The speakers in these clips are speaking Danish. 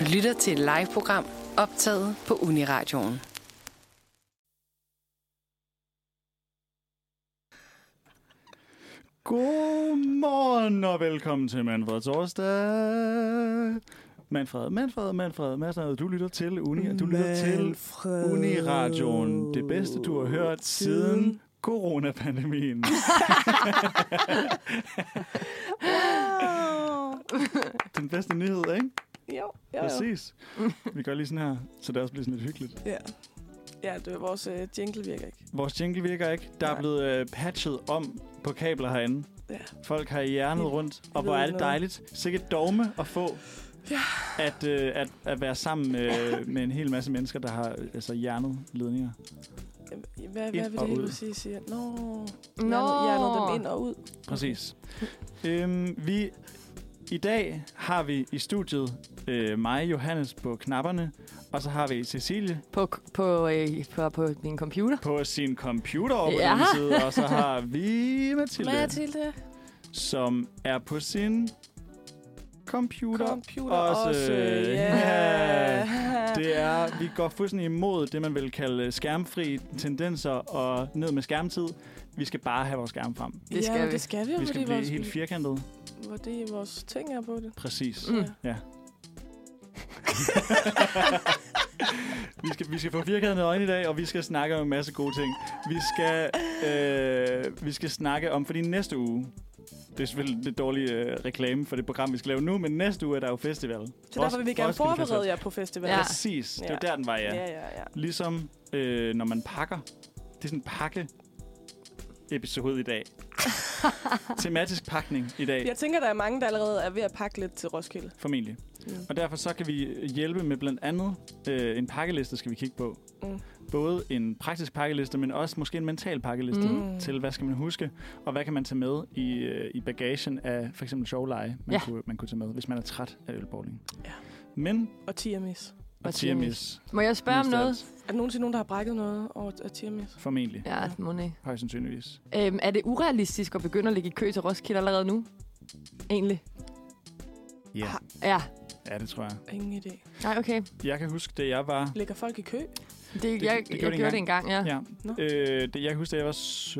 Du lytter til et live-program optaget på Uniradioen. Godmorgen og velkommen til Manfred Torsdag. Manfred, Madsen, du lytter til Uniradioen. Det bedste, du har hørt siden coronapandemien. Wow. Den bedste nyhed, ikke? Jo. Præcis. Vi gør lige sådan her, så det også bliver sådan lidt hyggeligt. Ja, vores jingle virker ikke. Vores jingle virker ikke. Der er blevet patchet om på kabler herinde. Ja. Folk har hjernet rundt, og hvor er det dejligt. Sikkert dogme at få. Ja. At være sammen med en hel masse mennesker, der har altså hjernet ledninger. Hvad vil det helt præcis sige? Nå. Hjernet dem ind og ud. Præcis. I dag har vi i studiet mig, Johannes, på knapperne, og så har vi Cecilie På din computer. på sin computer over på den side, og så har vi Mathilde, som er på sin computer også. Ja. Vi går fuldstændig imod det, man vil kalde skærmfri tendenser og ned med skærmtid. Vi skal bare have vores skærm frem. Det skal vi. Vi skal blive helt firkantet. Hvor det er vores ting er på det. Præcis. Ja. Vi skal få firkantede øjne i dag, og vi skal snakke om en masse gode ting. Vi skal snakke om, fordi næste uge, det er selvfølgelig lidt dårlig reklame for det program, vi skal lave nu, men næste uge er der jo festival. Så derfor vil vi gerne forberede jer på festival. Ja. Præcis. Det er der, den var, ja. Ligesom når man pakker. Det er sådan en pakke-episode i dag. Tematisk pakning i dag. Jeg tænker, der er mange, der allerede er ved at pakke lidt til Roskilde. Formentlig. Og derfor så kan vi hjælpe med blandt andet en pakkeliste, skal vi kigge på. Både en praktisk pakkeliste, men også måske en mental pakkeliste til, hvad skal man huske, og hvad kan man tage med i bagagen af for eksempel sjovleje, man kunne tage med, hvis man er træt af ølbowling. Ja. Men... Og tiamis. Må jeg spørge om noget? Er der nogensinde nogen, der har brækket noget over tiamis? Formentlig. Ja, må ikke. Højst sandsynligvis. Er det urealistisk at begynde at ligge i kø til Roskilde allerede nu? Egentlig? Ja. Ja. Ja, det tror jeg. Ingen idé. Nej, okay. Jeg kan huske, da jeg var... Ligger folk i kø? Jeg gjorde det engang, ja. No. Jeg kan huske, da jeg var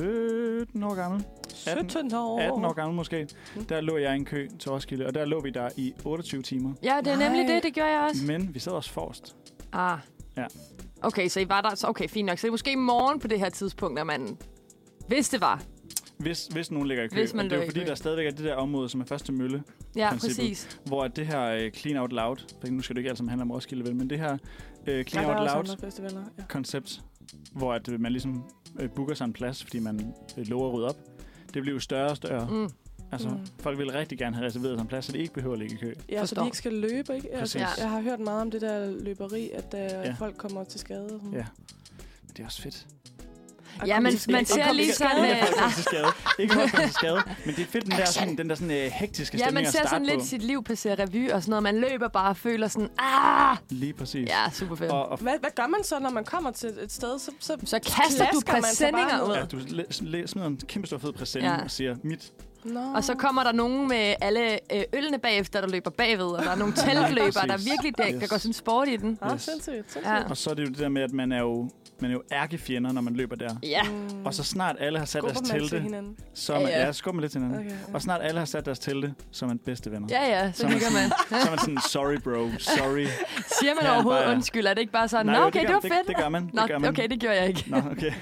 17 år gammel. 17 år? 18 år gammel måske. Der lå jeg i en kø til Roskilde, og der lå vi der i 28 timer. Ja, det er nemlig det gjorde jeg også. Men vi sad også forrest. Ah. Ja. Okay, så I var der... Okay, fint nok. Så det er måske i morgen på det her tidspunkt, at man... Hvis det var. Hvis nogen ligger i kø. Og det er jo fordi, der stadigvæk er det der område, som er først til mølle. Ja, præcis. Hvor det her Clean Out Loud, for nu skal det ikke alt sammen handle om Roskilde, vel, men det her Clean Out Loud-koncept, hvor at man ligesom booker sig en plads, fordi man lover at rydde op, det bliver jo større og større. Folk vil rigtig gerne have reserveret sig en plads, så det ikke behøver at ligge i kø. Ja, så de ikke skal løbe, ikke? Altså, ja. Jeg har hørt meget om det der løberi, at folk kommer til skade. Ja, men det er også fedt. Ja, man ser lige sådan... Ikke noget til skade, men det er fedt, den der sådan hektiske stemning at starte på. Ja, man ser sådan lidt sit liv passere revy og sådan noget. Man løber bare og føler sådan... Lige præcis. Ja, super fedt. Hvad gør man så, når man kommer til et sted? Så kaster du præsendinger ud. Ja, du smider en kæmpe stor fed præsending og siger, mit... No. Og så kommer der nogen med alle ølene bagefter, der løber bagved, og der er nogle teltløbere, der virkelig der går sådan sport i den. Sindssygt. Ja. Og så er det jo det der med, at man er jo ærkefjender, når man løber der. Ja. Og så snart alle har sat deres telte, så man, skubber lidt til hinanden. Okay. Og snart alle har sat deres telte, så er man bedste venner. Ja, så hygger man. Så er man sådan, sorry bro, sorry. Siger man overhovedet undskyld? Er det ikke bare sådan, nej, nå okay, det var fedt? Det gør man. Nå, okay, det gjorde jeg ikke. Nå, okay.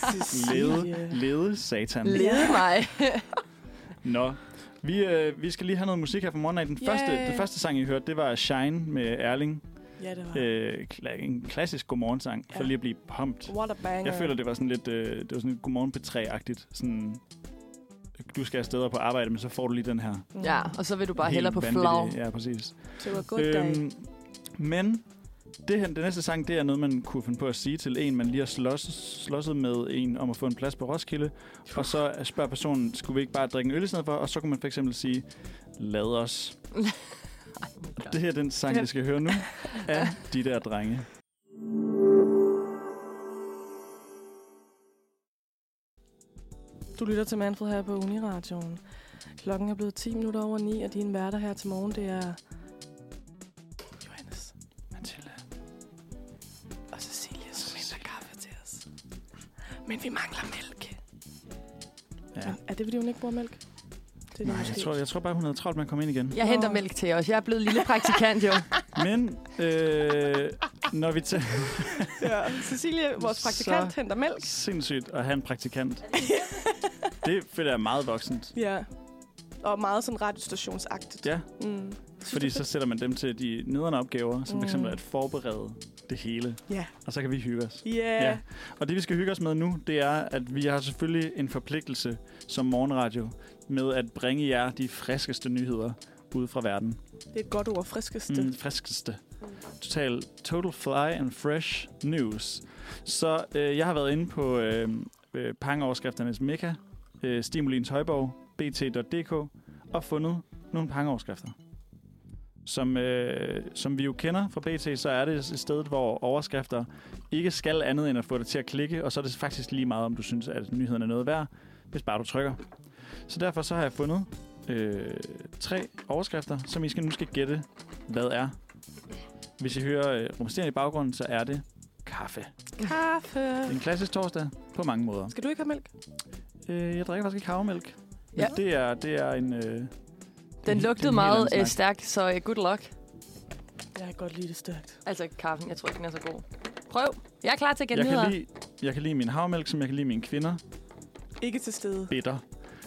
Lede satan. Lede mig. Nå, vi skal lige have noget musik her fra morgenen. Den første sang, I hørte, det var Shine med Erling. Ja, det var. En klassisk godmorgensang, for lige at blive pumped. What a banger. Jeg føler, det var sådan lidt, det var sådan lidt godmorgen P3-agtigt. Sådan, du skal afsted på arbejde, men så får du lige den her. Ja, og så vil du bare hellere på flow. Ja, præcis. Det var good day. Men den næste sang, det er noget, man kunne finde på at sige til en, man lige har slåsset med en om at få en plads på Roskilde. Og så spørger personen, skulle vi ikke bare drikke en øl i stedet for? Og så kunne man for eksempel sige, lad os. Det her er den sang, vi skal høre nu, af De Der Drenge. Du lytter til Manfred her på Uniradioen. Klokken er blevet 10 minutter over 9, og din værter her til morgen, det er Johannes. Men vi mangler mælk. Ja. Men er det, fordi hun ikke bruger mælk? Det Nej, jeg tror bare, hun havde travlt med at komme ind igen. Jeg henter mælk til os. Jeg er blevet lille praktikant, jo. Men når vi tager... Ja, Cecilie, vores praktikant, henter mælk. Sindssygt at have en praktikant. Det føler jeg meget voksent. Ja, og meget sådan radiostationsagtigt. Ja, fordi så sætter man dem til de nederne opgaver, som f.eks. at forberede det hele. Ja. Og så kan vi hygge os. Ja. Og det, vi skal hygge os med nu, det er, at vi har selvfølgelig en forpligtelse som morgenradio med at bringe jer de friskeste nyheder ude fra verden. Det er et godt ord, friskeste. Friskeste. Total fly and fresh news. Så jeg har været inde på pangeoverskrifternes mekka, Stimulins Højborg, bt.dk, og fundet nogle pangeoverskrifter. Som vi jo kender fra BT, så er det et sted, hvor overskrifter ikke skal andet end at få dig til at klikke, og så er det faktisk lige meget, om du synes, at nyheden er noget værd, hvis bare du trykker. Så derfor så har jeg fundet 3 overskrifter, som I nu skal gætte, hvad er. Hvis I hører rumsterende i baggrunden, så er det kaffe. Kaffe. Det er en klassisk torsdag på mange måder. Skal du ikke have mælk? Jeg drikker faktisk ikke havremælk. Ja. Det er en... Den lugtede meget stærk, så good luck. Jeg kan godt lide det stærkt. Altså kaffen, jeg tror ikke, den er så god. Prøv. Jeg er klar til at gætte jeg kan lide min havremælk, som jeg kan lide mine kvinder. Ikke til stede. Bitter.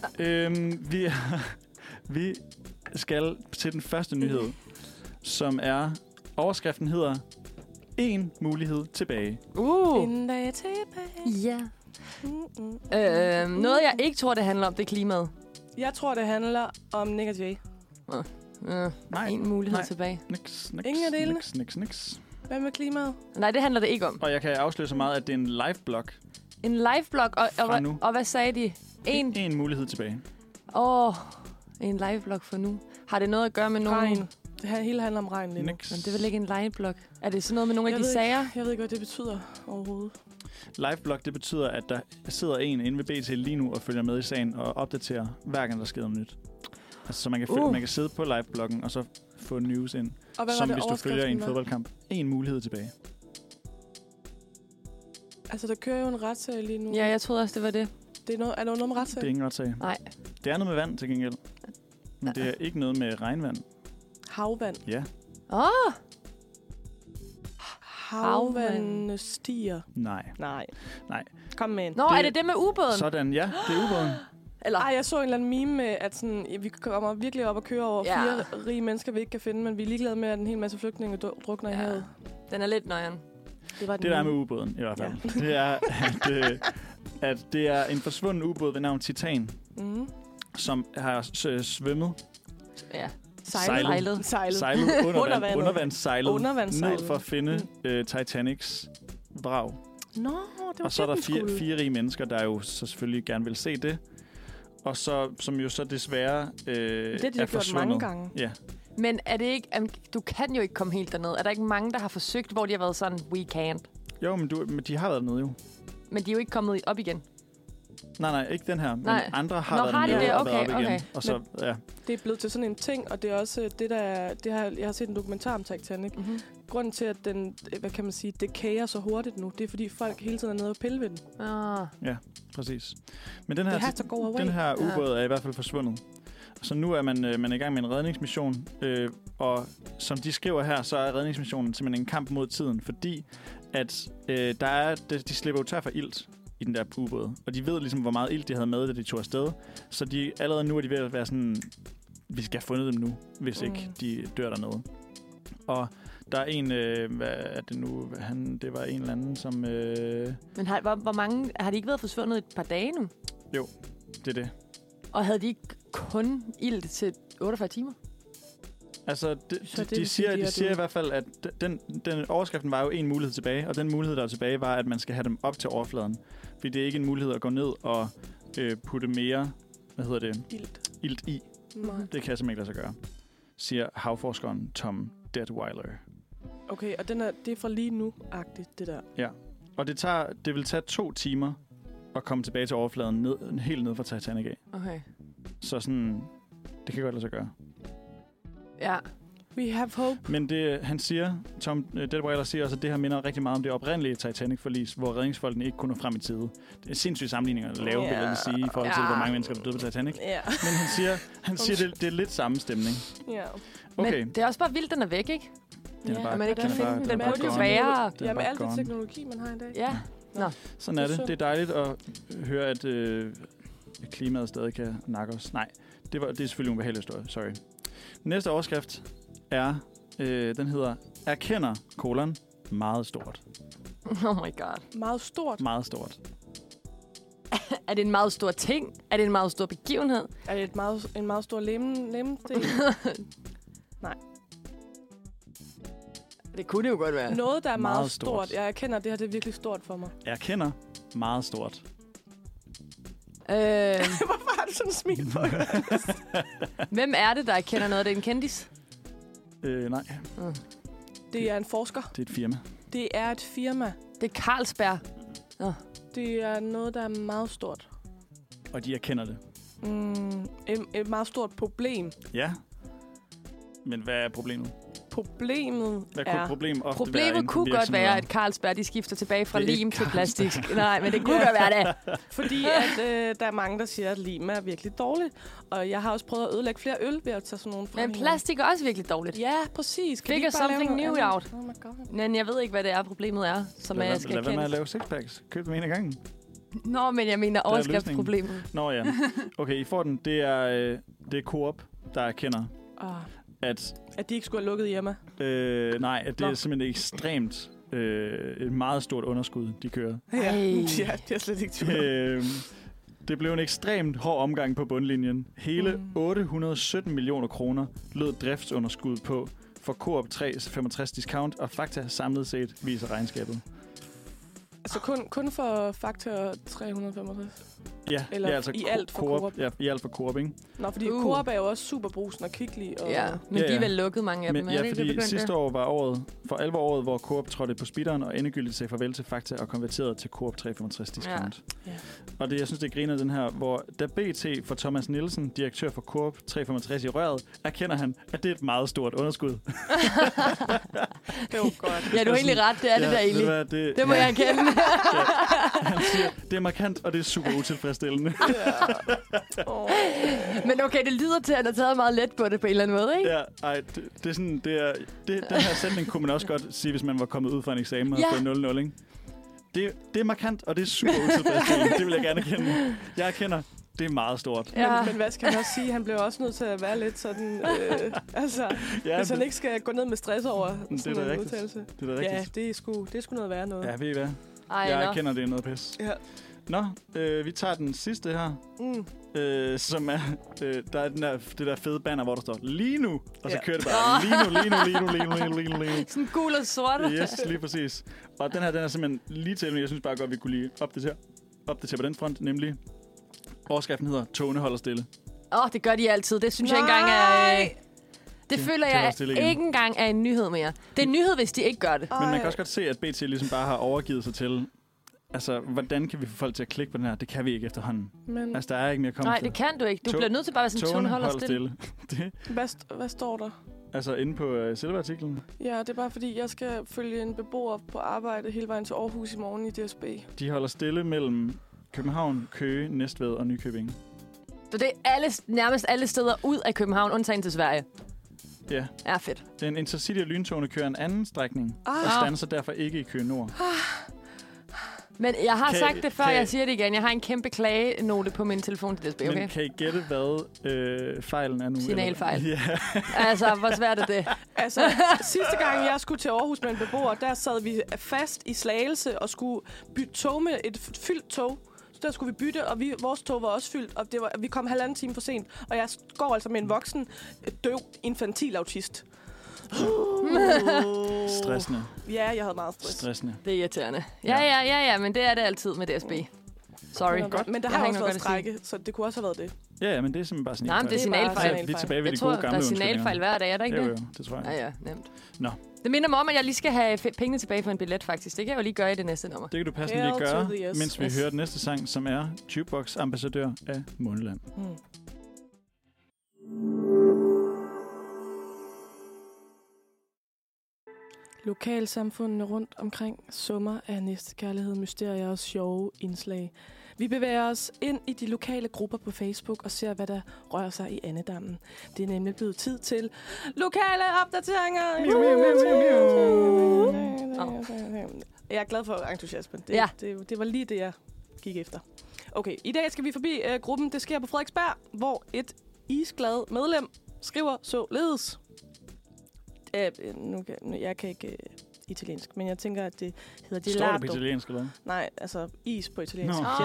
Vi skal til den første nyhed, som er... Overskriften hedder En mulighed tilbage. En dag tilbage. Ja. Noget, jeg ikke tror, det handler om, det er klimaet. Jeg tror, det handler om Nick og Jay. Nej. En mulighed tilbage. Niks. Ingen af delene? Niks. Hvad med klimaet? Nej, det handler det ikke om. Og jeg kan afsløre så meget, at det er en live-blog. En live-blog, og hvad sagde de? En mulighed tilbage. En live-blog for nu. Har det noget at gøre med nogen? Regn. Det her hele handler om regn lige nu. Niks. Men det er vel ikke en live-blog? Er det sådan noget med nogle af de sager? Jeg ved ikke, hvad det betyder overhovedet. Live-blog, det betyder, at der sidder en inde ved BT lige nu og følger med i sagen og opdaterer hver gang, der sker noget nyt. Altså, så man kan sidde på live-bloggen og så få news ind. Og hvad som var det, hvis du følger en fodboldkamp. En mulighed tilbage. Altså, der kører jo en retssag lige nu. Ja, jeg troede også, det var det. Er der noget med retssag? Det er ingen retssag. Nej. Det er noget med vand til gengæld. Men det er ikke noget med regnvand. Havvand. Ja. Havvandene stiger. Nej. Kom med ind. Nå, er det det med ubåden? Sådan, ja. Det er ubåden. Ej, jeg så en eller anden meme med, at sådan, vi kommer virkelig op og kører over 4 rige mennesker, vi ikke kan finde, men vi er ligeglade med, at en hel masse flygtninge drukner i havet. Den er lidt nøjeren. Det der er med ubåden, i hvert fald. Ja. Det er, at det er en forsvunden ubåd ved navn Titan, som har svømmet. Ja. Sejlet. Undervandssejlet. Ned for at finde Titanics vrag. Nå, det var og så er der 4 rige mennesker, der jo så selvfølgelig gerne vil se det. Og så, som jo så desværre det har de er gjort mange gange. Ja. Men er det ikke... Du kan jo ikke komme helt derned. Er der ikke mange, der har forsøgt, hvor de har været sådan, we can't? Jo, men de har været dernede jo. Men de er jo ikke kommet op igen. Nej, ikke den her. Men andre har været dernede og været op igen. Og så, det er blevet til sådan en ting, og det er også det, jeg har set en dokumentar om Titanic. Grunden til, at den, hvad kan man sige, decayer så hurtigt nu, det er, fordi folk hele tiden er nede og pille ved den. Ja, præcis. Men den her ubåd er i hvert fald forsvundet. Så nu er man i gang med en redningsmission, og som de skriver her, så er redningsmissionen simpelthen en kamp mod tiden, fordi at de slipper jo tør for ilt i den der ubåd, og de ved ligesom, hvor meget ilt de havde med, da de tog afsted. Så allerede nu er de ved at være sådan, vi skal have fundet dem nu, hvis ikke de dør dernede. Og der er en, hvad er det nu? Det var en eller anden, som... Men hvor mange... Har de ikke været forsvundet et par dage nu? Jo, det er det. Og havde de ikke kun ilt til 48 timer? Altså, de siger i hvert fald, at den overskriften var jo en mulighed tilbage, og den mulighed, der er tilbage, var, at man skal have dem op til overfladen. Fordi det er ikke en mulighed at gå ned og putte mere, ilt i. Nej. Det kan jeg simpelthen ikke lade sig gøre, siger havforskeren Tom Detweiler. Okay, og det er fra lige nu-agtigt, det der. Ja, og det vil tage 2 timer at komme tilbage til overfladen, helt ned fra Titanic af. Okay. Så sådan, det kan godt lade sig gøre. Ja. We have hope. Men det, han siger, Tom Detweiler siger også, at det her minder rigtig meget om det oprindelige Titanic-forlis, hvor redningsfolkene ikke kunne nå frem i tide. Det er sindssyge sammenligninger at lave, vil jeg sige, i forhold til, hvor mange mennesker der døde på Titanic. Ja. Men han siger det er lidt samme stemning. Ja. Okay. Men det er også bare vildt, den er væk, ikke? Den er bare, man ikke kan finde den. Den burde jo gone. være... Ja, med alt det teknologi, man har i dag. Ja. Nå. Sådan er det. Det er dejligt at høre, at klimaet stadig kan nakke os. Nej, det er selvfølgelig en ubehagelig historie. Sorry. Næste overskrift er, den hedder, erkender, meget stort. Oh my god. Meget stort. Meget stort. Er det en meget stor ting? Er det en meget stor begivenhed? Er det en meget stor lemstil? Nej. Det kunne det jo godt være. Noget, der er meget stort. stort. Jeg erkender, at det her det er virkelig stort for mig. Erkender, meget stort. Hvorfor har du sådan en smil på? Hvem er det, der erkender noget? Det er en kendis? Nej, Det er en forsker. det er et firma. Det er et firma. Det er Carlsberg. Det er noget, der er meget stort. Og de erkender det. Et meget stort problem. Ja. Men hvad er problemet? Problemet Hvad kunne er... et problem ofte være Problemet inden for kunne godt virksomheder? være, at Carlsberg de skifter tilbage fra Det er lim ikke til plastik. Carlsberg. Nej, men det kunne godt være det. Fordi at, der er mange, der siger, at lim er virkelig dårligt. Og jeg har også prøvet at ødelægge flere øl ved at tage sådan nogle fra. Men plastik er også virkelig dårligt. Ja, præcis. Kan Figure de ikke bare lave something noget new andet? out. Oh my god. Men jeg ved ikke, hvad det er, problemet er, som jeg skal Lad være med at erkende. lave sixpacks. Køb dem en af gangen. Nå, men jeg mener overskriftsproblemet. Nå ja. Okay, I får den. Det er Coop, der erkender, at de ikke skulle have lukket hjemme. nej, at det er simpelthen ekstremt et meget stort underskud, de kører. Ja, det er slet ikke tvivl. Det blev en ekstremt hård omgang på bundlinjen. Hele 817 millioner kroner lød driftsunderskud på for Coop 365 discount, og Fakta samlet set viser regnskabet. Altså kun for Fakta 365? Ja, Eller altså i alt for Coop? Ja, i alt for Coop, ikke? Nå, fordi Coop er jo også Superbrusen og Kvickly. Og Ja, men de er vel lukket mange af dem. Men, ja, fordi sidste år var for alvor året, hvor Coop trådte på speederen og endegyldigt sagde farvel til Fakta og konverterede til Coop 365 discount. Ja. Og det, jeg synes, det griner den her, hvor da BT for Thomas Nielsen, direktør for Coop 365 i røret, erkender han, at det er et meget stort underskud. Det var godt. Ja, du har egentlig ret. Det er det der egentlig. Det må jeg erkende. Han siger, det er markant, og det er super utilfredsstillende. Men okay, det lyder til, at han har taget meget let på det på en eller anden måde, ikke? Ja, ej, det er sådan, den her sætning kunne man også godt sige, hvis man var kommet ud fra en eksamen og fået 0-0, ikke? Det er markant, og det er super utilfredsstillende. Det vil jeg gerne erkende. Jeg erkender, det er meget stort. Ja. Men hvad skal man også sige? Han blev også nødt til at være lidt sådan... hvis han ikke skal gå ned med stress over sådan en udtalelse. Det er da rigtigt. Ja, det er sgu noget værre noget. Ja, ved I hvad? Jeg erkender, det er noget pis. Ja. Nå, vi tager den sidste her. Som er, der er det der fede banner, hvor der står lige nu, og så kører det bare lige nu. Sådan gul og sort. Yes, lige præcis. Og den her, den er simpelthen lige til, men jeg synes bare godt, vi kunne lige opdatere på den front, nemlig overskriften hedder, togene holder stille. Det gør de altid. Det synes jeg ikke engang er... Det føler jeg ikke engang er en nyhed mere. Det er en nyhed, hvis de ikke gør det. Men man kan også godt se, at BT ligesom bare har overgivet sig til... Altså, hvordan kan vi få folk til at klikke på den her? Det kan vi ikke efterhånden. Men altså, der er ikke mere kommet Nej, det kan du ikke. Du bliver nødt til bare at være sådan, togene holder stille. Hvad står der? Altså, inde på selve artiklen? Ja, det er bare fordi, jeg skal følge en beboer på arbejde hele vejen til Aarhus i morgen i DSB. De holder stille mellem København, Køge, Næstved og Nykøbing. Så det er nærmest alle steder ud af København, undtagen til Sverige? Ja. Ja, fedt. Den Intercity og lyntogene kører en anden strækning, og standser derfor ikke i Køge Nord. Men jeg har sagt det før, jeg siger det igen. Jeg har en kæmpe klagenote på min telefon til DSB, okay? Men kan I gætte, hvad fejlen er nu? Signalfejl. Ja. Altså, hvor svært er det? Altså, sidste gang jeg skulle til Aarhus med en beboer, der sad vi fast i Slagelse og skulle bytte tog med et fyldt tog. Så der skulle vi bytte, og vores tog var også fyldt, og vi kom 1,5 time for sent. Og jeg går altså med en voksen, døv, infantil autist. Stressende. Ja, jeg havde meget stress. Stressende. Det er irriterende. Ja, men det er det altid med DSB. Sorry. Godt. Men der har også været strække, så det kunne også have været det. Ja, men det er simpelthen bare signalfejl. Nej, men det er signalfejl. Vi er tilbage ved de gode gamle undskyldninger. Jeg tror, der er signalfejl hver dag, er der ikke det? Jo, det tror jeg. Ja, nemt. Nå. Det minder mig om, at jeg lige skal have pengene tilbage for en billet, faktisk. Det kan jeg jo lige gøre i det næste nummer. Det kan du passende lige gøre, mens vi hører den næste sang, som er Jukebox Ambassadør af Måneland. Lokalsamfundene rundt omkring summer af næstekærlighed, mysterier og sjove indslag. Vi bevæger os ind i de lokale grupper på Facebook og ser, hvad der rører sig i Annedammen. Det er nemlig blevet tid til lokale opdateringer. Jeg er glad for entusiasmen. Det var lige det, jeg gik efter. Okay, i dag skal vi forbi gruppen Det sker på Frederiksberg, hvor et isglad medlem skriver således. Jeg kan ikke italiensk, men jeg tænker, at det hedder gelato. Står det på italiensk, eller? Nej, altså is på italiensk. No.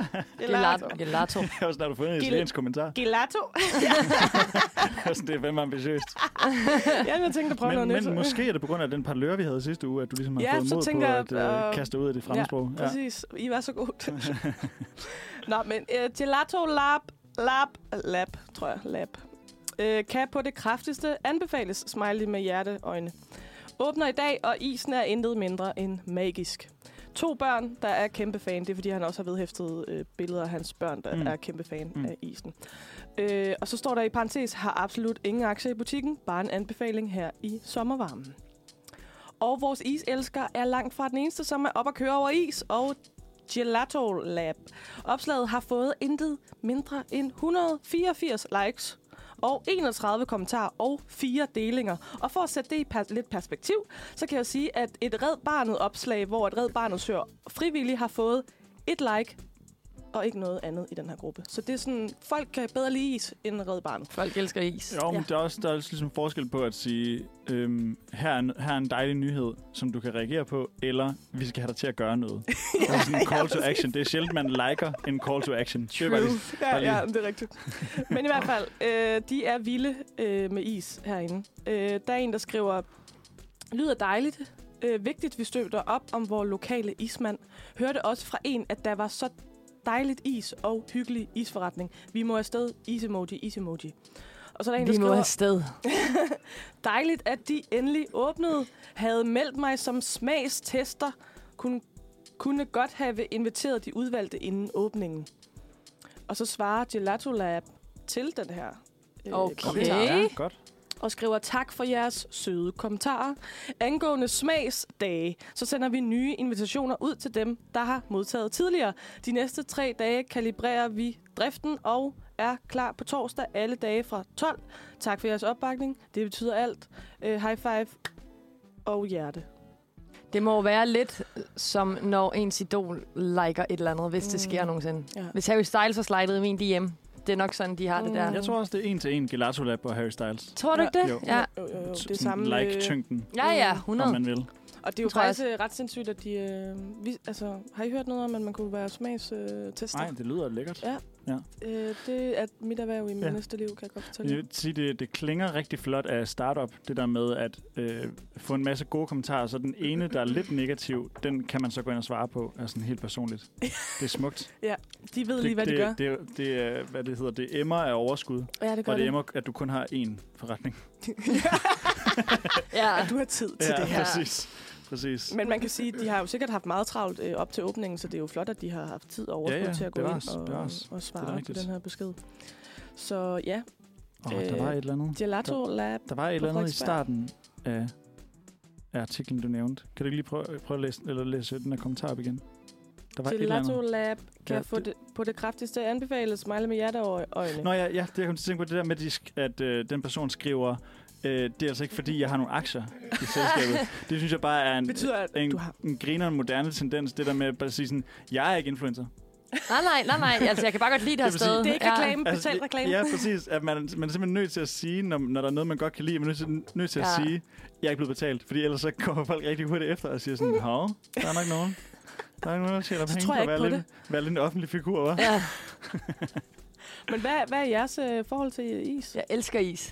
Gelato. Det er også, når du får en italiensk kommentar. Gelato. Det er fandme ambitiøst. Ja, jeg tænkte at prøve noget nyt. Men måske er det på grund af den parlør, vi havde sidste uge, at du ligesom har fået mod på at kaste ud af det fremmedsprog. Ja, præcis. I var så godt. Nå, men gelato lab, tror jeg. Lab. Kan på det kraftigste anbefales, smiley med hjerteøjne. Åbner i dag, og isen er intet mindre end magisk. 2 børn, der er kæmpe fan. Det er, fordi han også har vedhæftet billeder af hans børn, der er kæmpe fan af isen. Og så står der i parentes, har absolut ingen aktier i butikken. Bare en anbefaling her i sommervarmen. Og vores iselsker er langt fra den eneste, som er op at køre over is. Og Gelato Lab. Opslaget har fået intet mindre end 184 likes. Og 31 kommentarer og 4 delinger. Og for at sætte det i lidt perspektiv, så kan jeg sige, at et Red Barnet-opslag, hvor et Red Barnet-søger frivilligt har fået 1 like og ikke noget andet i den her gruppe. Så det er sådan, folk kan bedre lide is end Red Barnet. Folk elsker is. Jo, men der er også ligesom forskel på at sige, her er en dejlig nyhed, som du kan reagere på, eller vi skal have dig til at gøre noget. Det er sådan en call to action. Det er sjældent, man liker en call to action. True. Ja, det er rigtigt. Men i hvert fald, de er vilde med is herinde. Der er en, der skriver, lyder dejligt. Vigtigt, vi støtter op om vores lokale ismand. Hørte også fra en, at der var så dejligt is og hyggelig isforretning. Vi må afsted. Is-emoji. Og så er der en, der skriver, afsted. Dejligt, at de endelig åbnede. Havde meldt mig som smagstester. Kunne godt have inviteret de udvalgte inden åbningen. Og så svarer Gelato Lab til den her kommentar. Ja, godt. Og skriver tak for jeres søde kommentarer. Angående smagsdage, så sender vi nye invitationer ud til dem, der har modtaget tidligere. De næste 3 dage kalibrerer vi driften og er klar på torsdag alle dage fra 12. Tak for jeres opbakning. Det betyder alt. High five og hjerte. Det må være lidt som når ens idol liker et eller andet, hvis det sker nogensinde. Ja. Hvis Harry Styles har slidet min DM, det er nok sådan, de har det der. Jeg tror også, det er 1-1 Gelato Lab og Harry Styles. Tror du ikke det? Jo. Ja. Jo. Det er samme like-tyngden. Ja, 100. Om man vil. Og det er jo faktisk ret sindssygt, at de... har I hørt noget om, at man kunne være smagstester? Nej, det lyder lækkert. Ja. Det er mit erhverv i mit næste liv, kan jeg godt fortælle. Jeg vil sige, det klinger rigtig flot af startup, det der med at få en masse gode kommentarer, så den ene, der er lidt negativ, den kan man så gå ind og svare på, er sådan helt personligt. Det er smukt. Ja, de ved lige, hvad de gør. Det er, hvad det hedder, det emmer af overskud. Ja, det gør og det emmer, at du kun har én forretning. Ja, at du har tid til det her. Præcis. Men man kan sige, at de har jo sikkert haft meget travlt op til åbningen, så det er jo flot, at de har haft tid og overskud til at gå ind og svare på den her besked. Så ja. Der var et eller andet. Gelato Lab. Der var et eller andet i starten af artiklen, du nævnte. Kan du ikke lige prøve at læse den her kommentar op igen? Der var Gelato Lab kan på det kraftigste anbefales smile med hjerteøjne. Nå ja, det jeg kom til at tænke på det der med, at den person skriver... det er altså ikke, fordi jeg har nogle aktier i selskabet. Det synes jeg bare er en griner moderne tendens, det der med at sige sådan, jeg er ikke influencer. Nej. Altså, jeg kan bare godt lide det her sted. Det er ikke reklame, betalt reklame. Ja, præcis. At man er simpelthen nødt til at sige, når der er noget, man godt kan lide, man er nødt til at sige, jeg er ikke blevet betalt. Fordi ellers så kommer folk rigtig hurtigt efter og siger sådan, der er nok nogen. Der er nogen, der tjener penge på at være lidt en offentlig figur, hva'? Ja. Men hvad er jeres forhold til is? Jeg elsker is.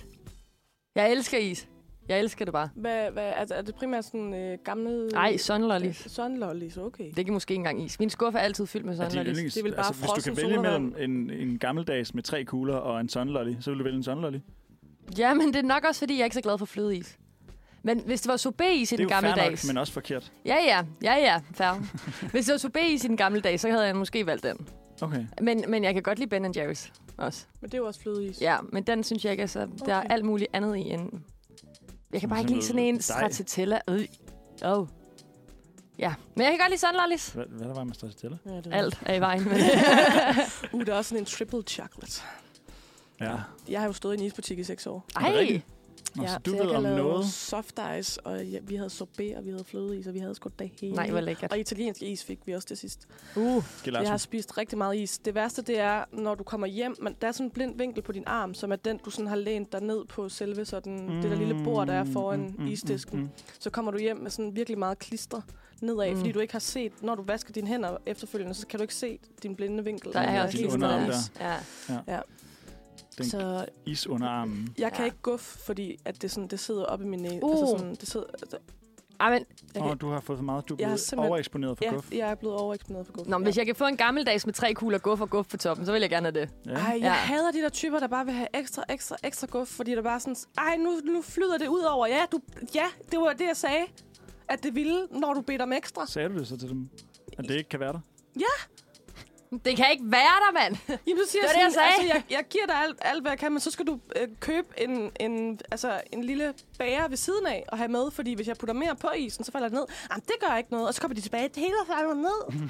Jeg elsker det bare. Altså, er det primært sådan gammel... Nej, sunlollies. Sunlollies, okay. Det er ikke måske engang is. Min skuffe er altid fyldt med sunlollies. Det er vel bare hvis du kan vælge mellem en gammeldags med 3 kugler og en sunlollie, så vil du vælge en sunlollie. Ja, men det er nok også, fordi jeg er ikke så glad for flødeis. Men hvis det var sorbet-is i den gamle dags... Det er jo fair nok, men også forkert. Ja, fair. Hvis det var sorbet-is i den gamle dag, så havde jeg måske valgt den. Okay. Men jeg kan godt lide Ben & Jerry's også. Men det er jo også flødeis. Ja, men den synes jeg ikke er så... Okay. Der er alt muligt andet i end... Jeg kan bare ikke lide sådan en stracciatella. Ja, men jeg kan godt lide sunlollies. Hvad der var med stracciatella? Ja, Alt er i vejen. Men der er også sådan en triple chocolate. Ja. Jeg har jo stået i en isbutik i 6 år. ej, Nå, så du så ved jeg kan om lave noget. soft ice, og vi havde sorbet, og vi havde flødeis, og vi havde sgu det hele. nej, hvor lækkert. Og italiensk is fik vi også til sidst. Gelato. Jeg har spist rigtig meget is. Det værste, det er, når du kommer hjem, men der er sådan en blind vinkel på din arm, som er den, du sådan har lænet dig ned på selve sådan, det der lille bord, der er foran isdisken. Så kommer du hjem med sådan virkelig meget klister nedad, fordi du ikke har set, når du vasker dine hænder efterfølgende, så kan du ikke se din blinde vinkel. Der er din underarm der. Ja. Den Så is under armen. jeg kan ikke guffe, fordi at det sidder oppe i min næse. Det sidder, men, Du har fået for meget. Du er Jeg har blevet simpelthen- overeksponeret for guf. jeg er blevet overeksponeret for guf. nå, men hvis jeg kan få en gammeldags med 3 kugler guf og guf på toppen, så vil jeg gerne have det. Ja. Ej, jeg hader de der typer, der bare vil have ekstra guf, fordi der bare sådan, nu flyder det ud over. Ja, det var det, jeg sagde, at det ville, når du beder om ekstra. Sagde du det så til dem? At det ikke kan være der? Det kan ikke være der, mand. Jamen, så siger Det var jeg det, sådan, jeg sagde. jeg giver dig alt, hvad jeg kan, men så skal du købe en lille bager ved siden af og have med, fordi hvis jeg putter mere på isen, så falder det ned. Jamen, det gør ikke noget, og så kommer de tilbage. Det hele falder ned.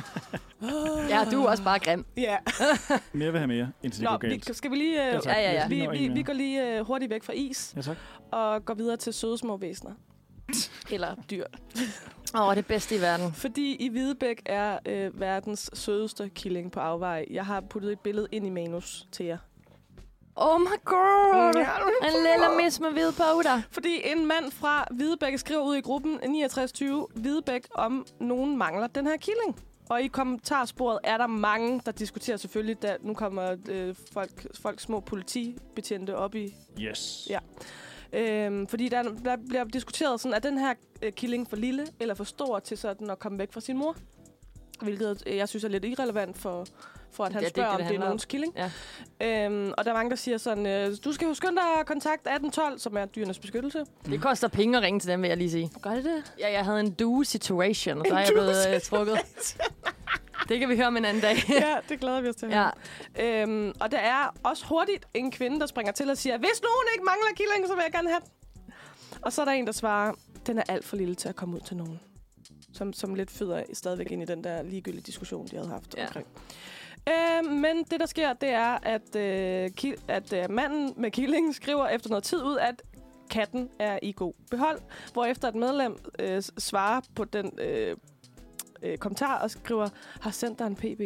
Ja, du er også bare grim. Ja. Mere vil have mere, indtil det går Nå, galt. skal vi lige... Ja, tak. Ja. Vi går lige hurtigt væk fra is Ja, tak. og går videre til søde små væsener. Eller dyr. Det bedste i verden. Fordi i Hvidebæk er verdens sødeste killing på afvej. Jeg har puttet et billede ind i manus til jer. Oh my god. En lille mis med hvide powder. Fordi en mand fra Hvidebæk skriver ud i gruppen 6920 Hvidebæk, om nogen mangler den her killing. Og i kommentarsporet er der mange, der diskuterer selvfølgelig, da nu kommer folk små politibetjente op i... Yes. Ja. Fordi der bliver diskuteret sådan, er den her killing for lille eller for stor til sådan at komme væk fra sin mor? Hvilket jeg synes er lidt irrelevant for at han spørger, om det er nogens killing. Ja. Og der er mange, der siger sådan, du skal jo skynde dig at kontakte 1812, som er dyrenes beskyttelse. Det koster penge at ringe til dem, vil jeg lige sige. Gør det det? Ja, jeg havde en do-situation, og så er jeg blevet trukket. Det kan vi høre om en anden dag. Ja, det glæder vi os til. Ja. Og der er også hurtigt en kvinde, der springer til og siger, hvis nogen ikke mangler killing, så vil jeg gerne have den. Og så er der en, der svarer, den er alt for lille til at komme ud til nogen. Som lidt føder stadigvæk ind i den der ligegyldige diskussion, de havde haft omkring. Men det, der sker, det er, at manden med killing skriver efter noget tid ud, at katten er i god behold. Hvorefter et medlem svarer på den kommentar og skriver, har sendt dig en PB.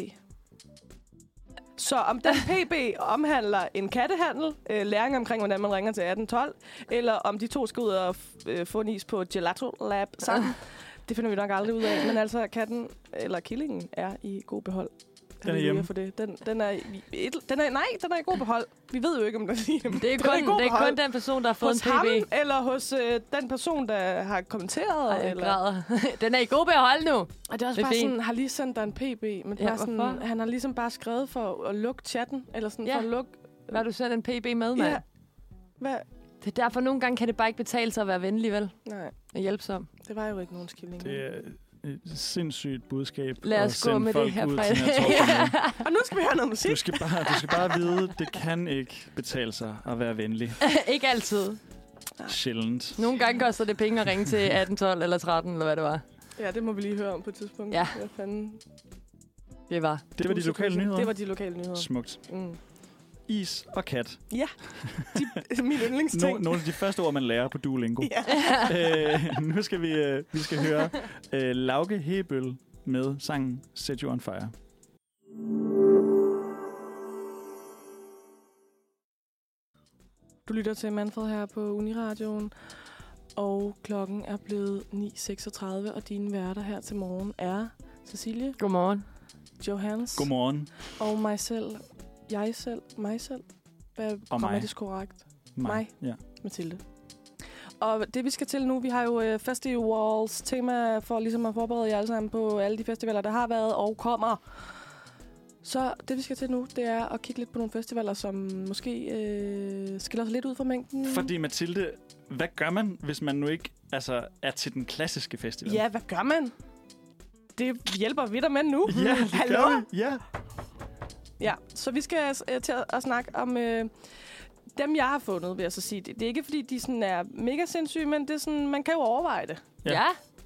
Så om den PB omhandler en kattehandel, læring omkring, hvordan man ringer til 1812, eller om de to skal ud og få en is på Gelato Lab sammen, det finder vi nok aldrig ud af. Men altså, katten eller killingen er i god behold. Den er hjemme. For det. Den er i god behold. Vi ved jo ikke, om den er hjemme. Det er kun den person, der har fået hos en PB. ham, eller hos den person, der har kommenteret. Ej, eller... græder. Den er i god behold nu. Og det er også det er bare fint. sådan, har lige sendt dig en PB, men bare sådan, han har ligesom bare skrevet for at lukke chatten, eller sådan for at lukke... Hvad har du sendt en PB med, mand? Ja. Hvad? Det er derfor, nogle gange kan det bare ikke betale sig at være venlig, vel? Nej, Og hjælpsom. det var jo ikke nogen skilling. Det er et sindssygt budskab. Lad os gå med det her fredag. Og nu skal vi høre noget musik. Du skal bare vide, det kan ikke betale sig at være venlig. Ikke altid. Sjældent. Nogle gange koster det penge at ringe til 18, 12 eller 13, eller hvad det var. Ja, det må vi lige høre om på et tidspunkt. Ja. Hvad fanden? Det var. Det var de lokale nyheder. Det var de lokale nyheder. Smukt. Mm. Is og kat. Ja, min yndlingsting. Nogle af de første ord, man lærer på Duolingo. Ja. Nu skal vi skal høre Lauke Hebøl med sangen Set You On Fire. Du lytter til Manfred her på Uniradioen, og klokken er blevet 9.36, og dine værter her til morgen er Cecilie, Godmorgen. Johannes Godmorgen. og mig selv. Mig selv. Hvad er grammatisk korrekt? Mig. Ja. Mathilde. Og det vi skal til nu, vi har jo festivals tema for ligesom at forberede jer alle sammen på alle de festivaler, der har været og kommer. Så det vi skal til nu, det er at kigge lidt på nogle festivaler, som måske skiller sig lidt ud fra mængden. Fordi Mathilde, hvad gør man, hvis man nu ikke er til den klassiske festival? Ja, hvad gør man? Det hjælper vi dig med nu. Ja, hallo? Ja. Ja, så vi skal til at snakke om dem, jeg har fundet, vil jeg så sige. Det er ikke, fordi de sådan er mega sindssyge, men det er sådan, man kan jo overveje det. Ja.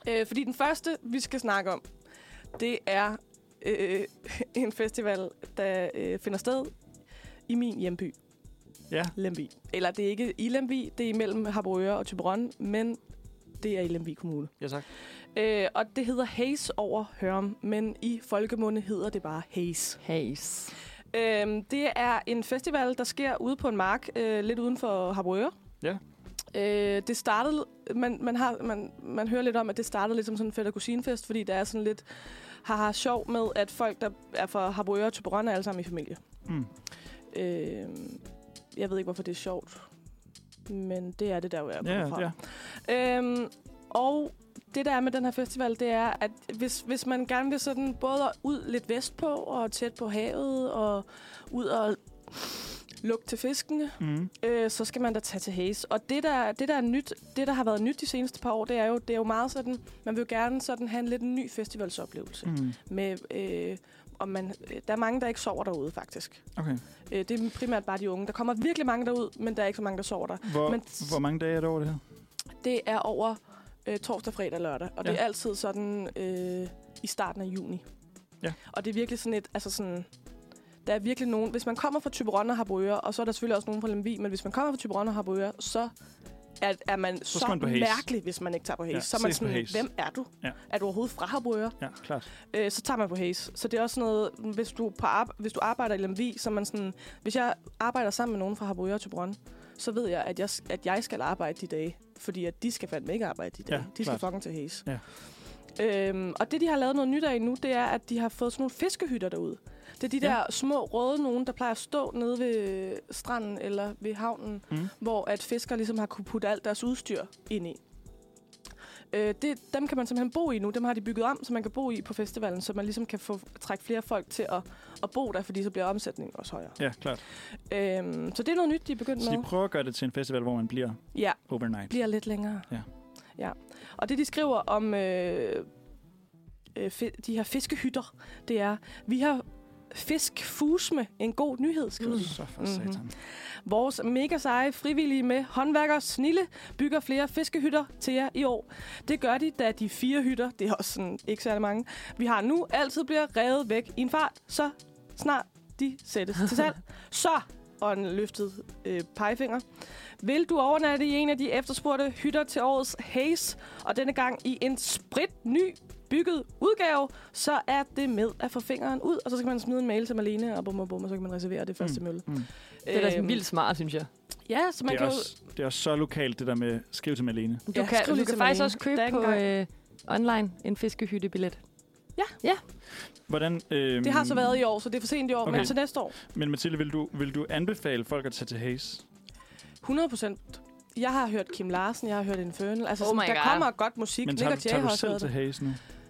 Fordi den første, vi skal snakke om, det er en festival, der finder sted i min hjemby. Ja. Lemvig. Eller det er ikke i Lemvig, det er imellem Harboøre og Thyborøn, men det er i Lemvig Kommune. Ja, tak. Og det hedder Haze over Hørm, men i folkemunde hedder det bare Haze. Haze. Det er en festival, der sker ude på en mark, lidt uden for Harboøre. Ja. Det startede, man hører lidt om, at det startede lidt som sådan en fætter kusinefest, fordi der er sådan lidt sjov med, at folk, der er fra Harboøre og Thyborøn, er alle sammen i familie. Mm. Jeg ved ikke, hvorfor det er sjovt, men det er det der, hvor jeg kommer fra. Ja. Og det, der er med den her festival, det er, at hvis man gerne vil sådan både ud lidt vestpå og tæt på havet og ud og lugte til fiskene, så skal man da tage til Haze. Og det der er nyt, det der har været nyt de seneste par år, det er jo meget sådan, man vil jo gerne sådan have en lidt ny festivalsoplevelse. Med, der er mange, der ikke sover derude, faktisk. Okay. Det er primært bare de unge. Der kommer virkelig mange derud, men der er ikke så mange, der sover der. Hvor mange dage er det over det her? Det er over torsdag, fredag og lørdag. Og det er altid sådan i starten af juni. Ja. Og det er virkelig sådan der er virkelig nogen... Hvis man kommer fra Thyborøn og Harboøre, og så er der selvfølgelig også nogen fra Lemvig, men hvis man kommer fra Thyborøn og Harboøre, så er man så mærkelig, hvis man ikke tager på Haze. Ja, så er man sådan, hvem er du? Ja. Er du overhovedet fra Harboøre? Ja, klart. Så tager man på Haze. Så det er også noget, hvis du arbejder i Lemvig, så er man sådan... Hvis jeg arbejder sammen med nogen fra Harboøre og Thyborøn, så ved jeg, at jeg skal arbejde de dage. Fordi at de skal fandme ikke arbejde de dage. De skal fucking til Haze. Ja. Og det, de har lavet noget nyt af nu, det er, at de har fået sådan nogle fiskehytter derude. Det er de der små røde nogen, der plejer at stå nede ved stranden eller ved havnen, hvor at fiskere ligesom har kunne putte alt deres udstyr ind i. Dem kan man simpelthen bo i nu. Dem har de bygget om, så man kan bo i på festivalen, så man ligesom kan trække flere folk til at bo der, fordi så bliver omsætningen også højere. Ja, klart. Så det er noget nyt, de er begyndt med. Så de prøver at gøre det til en festival, hvor man bliver overnight. Bliver lidt længere. Ja. Og det, de skriver om de her fiskehytter, det er, vi har fiskfusme, en god nyhed, skriver de. Så for satan. Vores mega seje frivillige med håndværker Snille bygger flere fiskehytter til jer i år. Det gør de, da de 4 hytter, det er også sådan ikke særlig mange, vi har nu, altid bliver revet væk i en fart, så snart de sættes til salg. Så, og en løftet pegefinger. Vil du overnatte i en af de efterspurgte hytter til årets Haze, og denne gang i en spritny bygget udgave, så er det med at få fingeren ud, og så skal man smide en mail til Malene, og og så kan man reservere det første mølle. Det er da sådan vildt smart, synes jeg. Ja, så man det er også så lokalt, det der med skrive til Malene. Du kan faktisk også købe på online en fiskehyttebillet. Ja. Hvordan, det har så været i år, så det er for sent i år, men til næste år. Men Mathilde, vil du anbefale folk at tage til Haze? 100%. Jeg har hørt Kim Larsen, jeg har hørt Infernal. Altså, der kommer godt musik. Men tager du selv til Haze nu?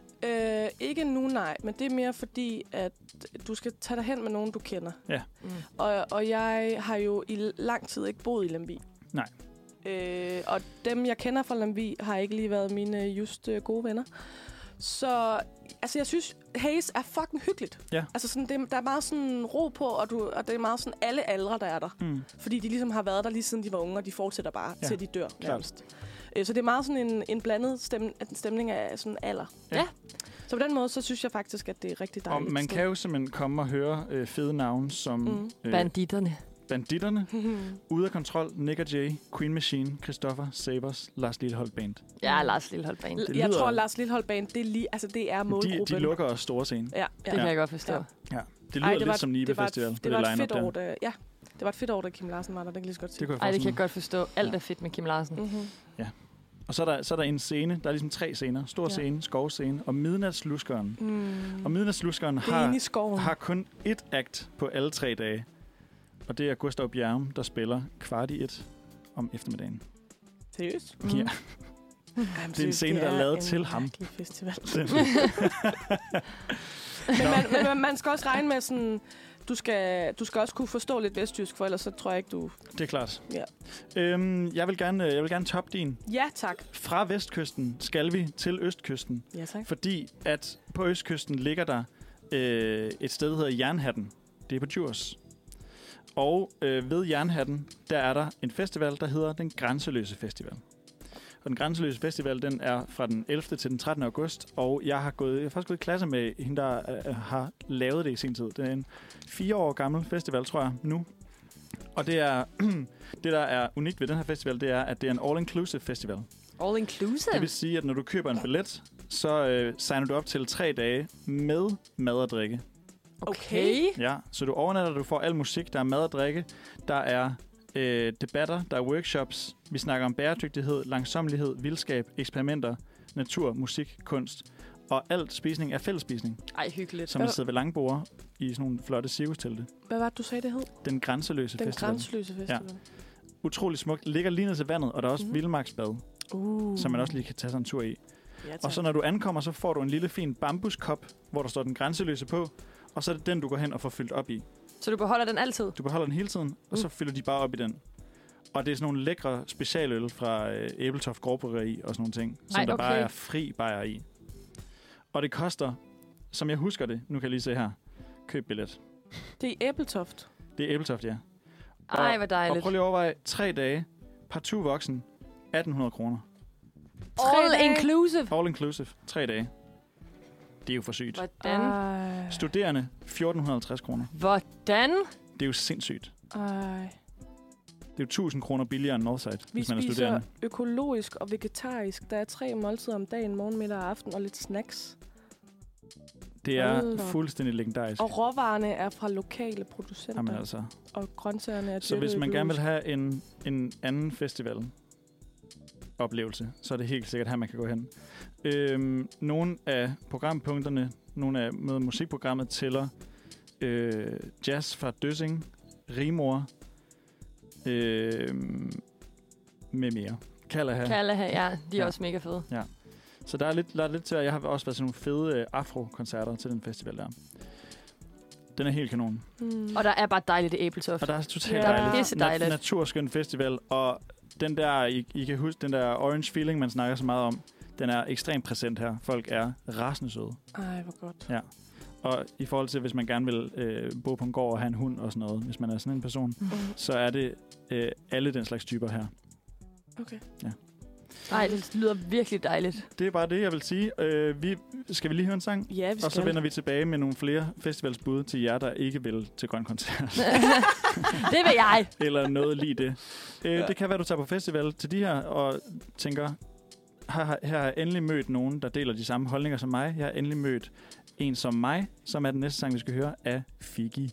Ikke nu, nej. Men det er mere fordi, at du skal tage dig hen med nogen, du kender. Ja. Og jeg har jo i lang tid ikke boet i Lemvig. Nej. Og dem, jeg kender fra Lemvig, har ikke lige været mine just gode venner. Så altså, jeg synes, Haze er fucking hyggeligt. Ja. Altså, sådan, der er meget sådan ro på, og det er meget sådan alle aldre, der er der. Fordi de ligesom har været der lige siden de var unge, og de fortsætter bare til de dør nærmest. Så det er meget sådan en blandet stemning af sådan alder. Ja. Så på den måde, så synes jeg faktisk, at det er rigtig dejligt. Og man kan jo simpelthen komme og høre fede navne som... Banditterne, Ude af kontrol, Nick og Jay, Queen Machine, Christoffer, Savers, Lars Lilleholdt Band. Ja, Lars Lilleholdt Band. Jeg tror, Lars Lilleholdt Band, det er målgruppen. De lukker også store scene. Ja. Det kan jeg godt forstå. Ja. Det lyder lidt som Nibe Festival. Det var et fedt år, det var et fedt år, da Kim Larsen var der. Det kan jeg lige så godt sige. Det kan jeg godt forstå. Alt er fedt med Kim Larsen. Ja. Og så er der en scene, der er ligesom 3 scener. Stor scene, skovscene og Midnatsluskeren. Og Midnatsluskeren har kun 1 akt på alle 3 dage. Og det er Gustav Bjerrum, der spiller 1:15 om eftermiddagen. Seriøst? Ja. Jamen, det er en scene, der er lavet til ham. Festival. men man skal også regne med sådan... Du skal også kunne forstå lidt vestjysk, for ellers så tror jeg ikke, du... Det er klart. Ja. Jeg vil gerne toppe din. Ja, tak. Fra vestkysten skal vi til østkysten. Ja, tak. Fordi at på østkysten ligger der et sted, der hedder Jernhatten. Det er på Djurs. Og ved Jernhatten, der er der en festival, der hedder Den Grænseløse Festival. Og den Grænseløse Festival, den er fra den 11. til den 13. august, og jeg har faktisk gået i klasse med hende, der har lavet det i sin tid. Det er en 4 år gammel festival, tror jeg, nu. Og det er det, der er unikt ved den her festival, det er, at det er en all-inclusive festival. All-inclusive? Det vil sige, at når du køber en billet, så signer du op til 3 dage med mad og drikke. Okay. Ja, så du overnatter, du får al musik, der er mad og drikke, der er debatter, der er workshops, vi snakker om bæredygtighed, langsommelighed, vildskab, eksperimenter, natur, musik, kunst. Og alt spisning er fællesspisning. Ej, hyggeligt. Som man sidder ved lange borde i sådan nogle flotte cirkustelte. Hvad var det, du sagde, det hed? Den Grænseløse Festival. Den Grænseløse Festival. Ja. Utrolig smukt. Ligger lige ned til vandet, og der er også vildmarksbad, som man også lige kan tage sig en tur i. Ja, og så når du ankommer, så får du en lille fin bambuskop, hvor der står Den Grænseløse på, og så er det den, du går hen og får fyldt op i. Så du beholder den altid? Du beholder den hele tiden, og så fylder de bare op i den. Og det er sådan nogle lækre specialøl fra Æbeltoft Gårdbryggeri og sådan nogle ting, som der bare er fri bajer i. Og det koster, som jeg husker det, nu kan jeg lige se her, køb billet. Det er Æbeltoft? Det er Æbeltoft, ja. Ej, hvor dejligt. Og prøv lige at overveje, 3 dage, partout voksen, 1.800 kroner. All inclusive? All inclusive, 3 dage. Det er jo for sygt. Hvordan? Studerende, 1.450 kroner. Hvordan? Det er jo sindssygt. Ej. Det er jo 1.000 kroner billigere end Northside, hvis man er studerende. Vi spiser økologisk og vegetarisk. Der er 3 måltider om dagen, morgen, middag og aften, og lidt snacks. Det er fuldstændig legendarisk. Og råvarerne er fra lokale producenter. Jamen altså. Og grøntsagerne er så hvis man gerne vil have en anden festival-oplevelse, så er det helt sikkert her, man kan gå hen. Nogle af programpunkterne, nogle af med musikprogrammet tæller jazz fra Døssing, Rimor, med mere. Kalaha, ja. De er også mega fede. Ja. Så der er lidt til, at jeg har også været sådan nogle fede afro-koncerter til den festival der. Den er helt kanon. Og der er bare dejligt i Æbeltoft. Og der er totalt dejligt. Det er dejligt. Naturskøn festival, og den der, I kan huske, den der orange feeling, man snakker så meget om, den er ekstremt præsent her. Folk er rasende søde. Ej, hvor godt. Ja. Og i forhold til, hvis man gerne vil bo på en gård og have en hund og sådan noget, hvis man er sådan en person, så er det alle den slags typer her. Okay. Ja. Ej, det lyder virkelig dejligt. Det er bare det, jeg vil sige. Skal vi lige høre en sang? Ja, vi skal. Og så vender vi tilbage med nogle flere festivalsbud til jer, der ikke vil til Grøn Koncert. Det vil jeg. Eller noget lige det. Det kan være, du tager på festival til de her og tænker, her har jeg endelig mødt nogen, der deler de samme holdninger som mig. Jeg har endelig mødt en som mig, som er den næste sang, vi skal høre, af Figgy.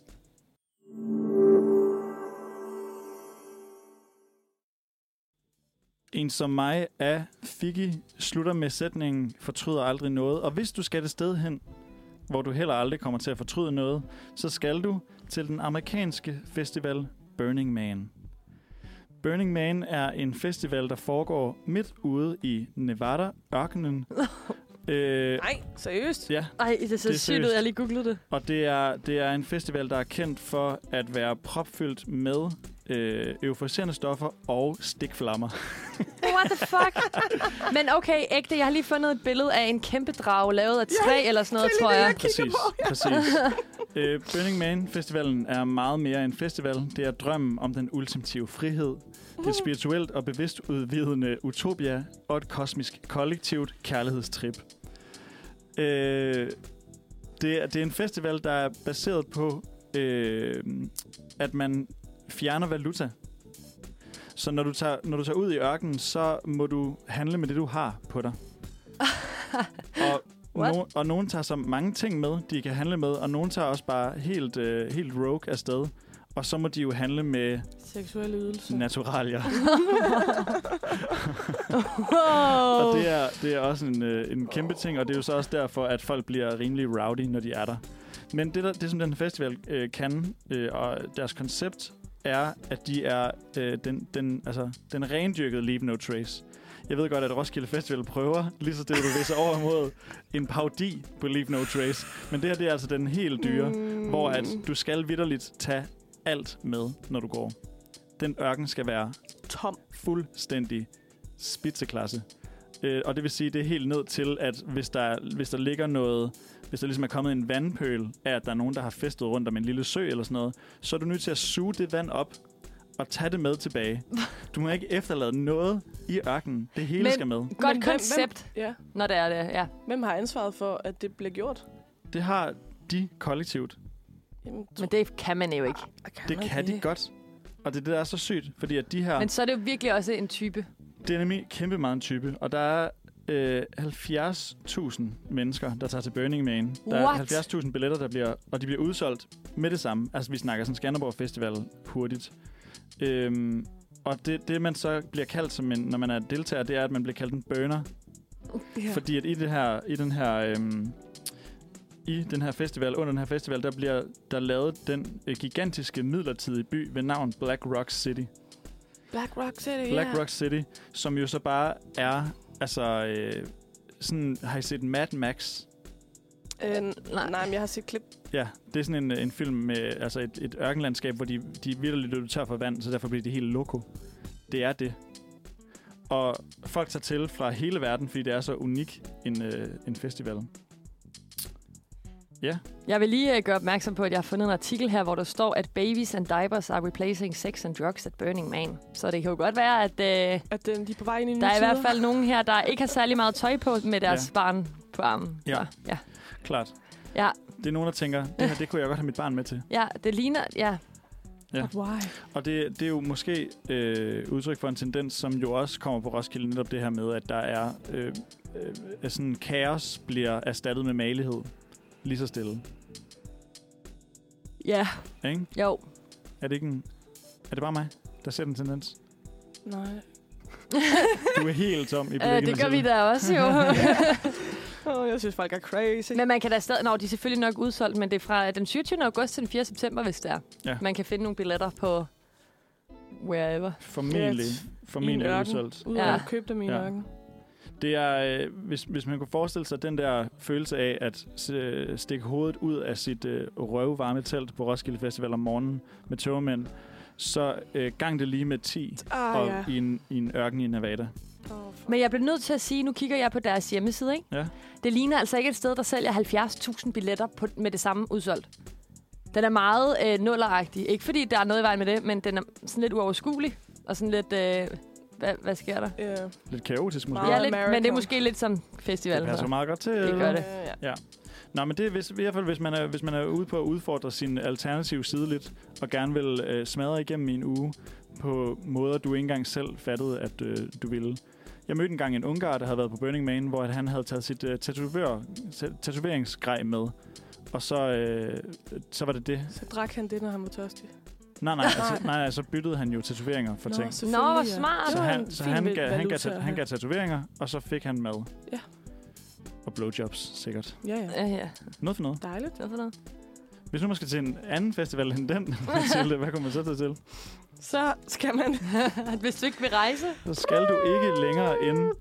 En som mig af Figgy slutter med sætningen, fortryder aldrig noget. Og hvis du skal et sted hen, hvor du heller aldrig kommer til at fortryde noget, så skal du til den amerikanske festival Burning Man. Burning Man er en festival, der foregår midt ude i Nevada-ørkenen. Nej, seriøst? Ja. Ej, det ser sygt ud. Jeg lige googlede det. Og det er en festival, der er kendt for at være propfyldt med euforiserende stoffer og stikflammer. What the fuck? Men okay, ægte, jeg har lige fundet et billede af en kæmpe drage lavet af træ eller sådan noget, tror jeg. Præcis. Burning Man Festivalen er meget mere en festival. Det er drømmen om den ultimative frihed. Det er et spirituelt og bevidst udvidende utopia og et kosmisk kollektivt kærlighedstrip. Det er en festival, der er baseret på, at man fjerner valuta. Så når du tager ud i ørkenen, så må du handle med det, du har på dig. Og nogen tager så mange ting med, de kan handle med, og nogen tager også bare helt rogue afsted. Og så må de jo handle med seksuelle ydelser. Naturalier. Wow. Og det er også en kæmpe ting, og det er jo så også derfor, at folk bliver rimelig rowdy, når de er der. Men det som den festival kan, og deres koncept, er, at de er den rendyrkede Leave No Trace. Jeg ved godt, at Roskilde Festival prøver lige så stille bevæge sig over mod en parodi på Leave No Trace. Men det her, det er altså den helt dyre, hvor at du skal vitterligt tage alt med, når du går. Den ørken skal være tom. Fuldstændig spidseklasse. Og det vil sige, det er helt ned til, at hvis der ligger noget, hvis der ligesom er kommet en vandpøl af, at der er nogen, der har festet rundt om en lille sø eller sådan noget, så er du nødt til at suge det vand op, og tage det med tilbage. Du må ikke efterlade noget i ørkenen. Det hele skal med. Godt Men koncept, når det er det, ja. Hvem har ansvaret for, at det bliver gjort? Det har de kollektivt. Jamen, Men det kan man jo ikke. Det kan de godt. Og det er det, der er så sygt, fordi at de her... Men så er det jo virkelig også en type. Det er nemlig kæmpe meget en type, og der er 70.000 mennesker, der tager til Burning Man. Der er 70.000 billetter, og de bliver udsolgt med det samme. Altså, vi snakker sådan Skanderborg Festival hurtigt. Og det, man så bliver kaldt, som når man er deltager, det er, at man bliver kaldt en burner. Yeah. Fordi at i den her festival, under den her festival, der bliver der lavet den gigantiske midlertidige by ved navn Black Rock City. Black Rock City, Black Rock City, som jo så bare er, altså, sådan, har I set Mad Max? Nej, men jeg har set klip. Ja, det er sådan en film med altså et ørkenlandskab, hvor de virkelig løber tør for vand, så derfor bliver det helt loko. Det er det. Og folk tager til fra hele verden, fordi det er så unik en festival. Ja. Jeg vil lige gøre opmærksom på, at jeg har fundet en artikel her, hvor der står, at babies and diapers are replacing sex and drugs at Burning Man. Så det kan jo godt være, at de er på vej ind i der er i hvert fald nogen her, der ikke har særlig meget tøj på med deres barn på armen. Ja, ja. Klart. Ja. Det er nogen, der tænker, det kunne jeg godt have mit barn med til. Ja, det ligner, ja. But why? Og det er jo måske udtryk for en tendens, som jo også kommer på Roskilde, netop det her med, at der er sådan kaos bliver erstattet med malighed. Lige så stille. Ja. Ikke? Jo. Er det bare mig, der ser den tendens? Nej. Du er helt tom i blikken. Det gør vi da også, jo. Jeg synes, folk er crazy. Men man kan da stadig... de er selvfølgelig nok udsolgt, men det er fra den 27. august til den 4. september, hvis det er. Ja. Man kan finde nogle billetter på wherever. Formentlig udsolgt. Ud og købe dem i ørken. Det er, hvis man kunne forestille sig den der følelse af at stikke hovedet ud af sit røvvarme telt på Roskilde Festival om morgenen med tørmænd, så gang det lige med 10 i en ørken i Nevada. Men jeg bliver nødt til at sige, nu kigger jeg på deres hjemmeside, ikke? Ja. Det ligner altså ikke et sted, der sælger 70.000 billetter med det samme udsolgt. Den er meget nulleragtig. Ikke fordi der er noget i vejen med det, men den er sådan lidt uoverskuelig og sådan lidt... Hvad sker der? Lidt kaotisk måske. Ja, lidt, men det er måske lidt som festivalen. Det passer meget godt til. Det gør det. Ja. Nå, men det er i hvert fald, hvis man er ude på at udfordre sin alternative side lidt, og gerne vil smadre igennem i en uge på måder, du ikke engang selv fattede, at du ville. Jeg mødte engang en ungar, der havde været på Burning Man, hvor han havde taget sit tatoveringsgrej med. Og så var det det. Så drak han det, når han var tørstig? Nej, så byttede han jo tatoveringer for ting. Hvor smart. Så han gav tatoveringer, og så fik han mad. Ja. Og blowjobs, sikkert. Ja. Noget for noget. Dejligt. Noget for noget. Hvis nu man skal til en anden festival end den, hvad kommer man så til? Så skal man... Hvis du ikke vil rejse. Så skal du ikke længere end...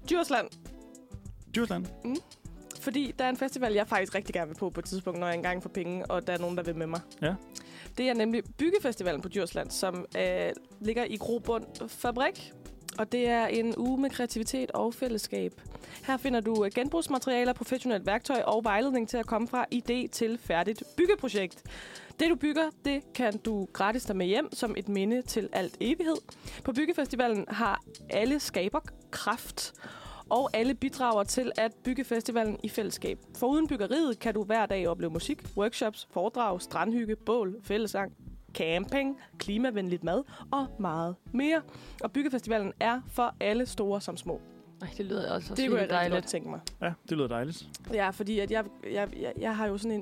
Djursland? Mm. Fordi der er en festival, jeg faktisk rigtig gerne vil på et tidspunkt, når jeg engang får penge, og der er nogen, der vil med mig. Ja. Det er nemlig Byggefestivalen på Djursland, som ligger i Grobund Fabrik. Og det er en uge med kreativitet og fællesskab. Her finder du genbrugsmaterialer, professionelt værktøj og vejledning til at komme fra idé til færdigt byggeprojekt. Det du bygger, det kan du gratis tage med hjem som et minde til alt evighed. På Byggefestivalen har alle skaberkraft, og alle bidrager til at bygge festivalen i fællesskab. Foruden byggeriet kan du hver dag opleve musik, workshops, foredrag, strandhygge, bål, fællessang, camping, klimavenligt mad og meget mere. Og Byggefestivalen er for alle store som små. Det lyder også det kunne jeg rigtig godt tænke mig. Ja, det lyder dejligt. Ja, fordi at jeg har jo sådan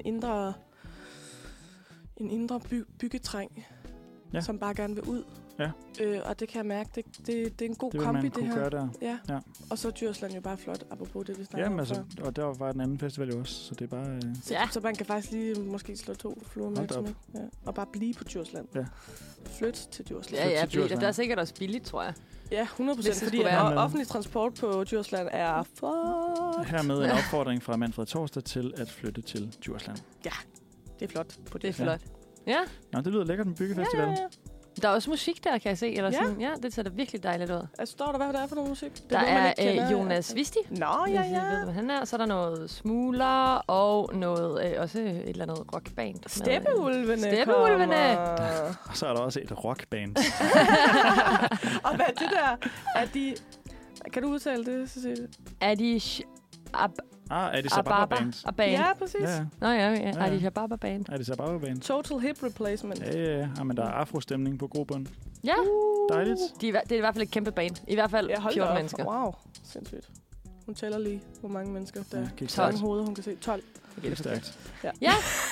en indre byggetræng, som bare gerne vil ud. Ja. Og det kan jeg mærke, det er en god kombi, det her. Gøre der. Ja. Og så er Djursland jo bare flot, apropos det, vi snakker om. Altså, og der var den anden festival jo også, så det er bare... Så man kan faktisk lige måske slå 2 fluer med til og bare blive på Djursland. Ja. Flyt til Djursland. Ja, det er sikkert også billigt, tror jeg. Ja, 100%, fordi offentlig transport på Djursland er hermed en opfordring fra Manfred Torsdag til at flytte til Djursland. Ja, det er flot. Det er flot. Ja. Nå, det lyder lækkert med Byggefestival. Ja. Der er også musik der, kan jeg se. Eller Ja. sådan. Ja, det ser da virkelig dejligt ud. Altså, står der, hvad det er for noget musik? Det Der noget, man er ikke kender. Jonas Visti. Nå, Hvis ja, I ja. ved, hvad han er. Så er der noget Smugler og noget, også et eller andet rockband. med, Steppeulvene Steppeulvene. kommer. Og så er der også et rockband. Og hvad er det der? Er de... Kan du udtale det, Cecilie? Adish Addis Ababa Band. Band. Ja, præcis. Ja, Nå ja. ja. Adish Ababa Band. Addis Ababa Band. Total hip replacement. Ja. Men der er afrostemning på grobund. Ja, Dejligt. det er i hvert fald et kæmpe band. I hvert fald Ja, hold da 14 op. mennesker. Wow, sindssygt. Hun tæller lige, hvor mange mennesker der er. gik Så mange stærkt. hoveder, hun kan se. 12. Det er stærkt. Ja.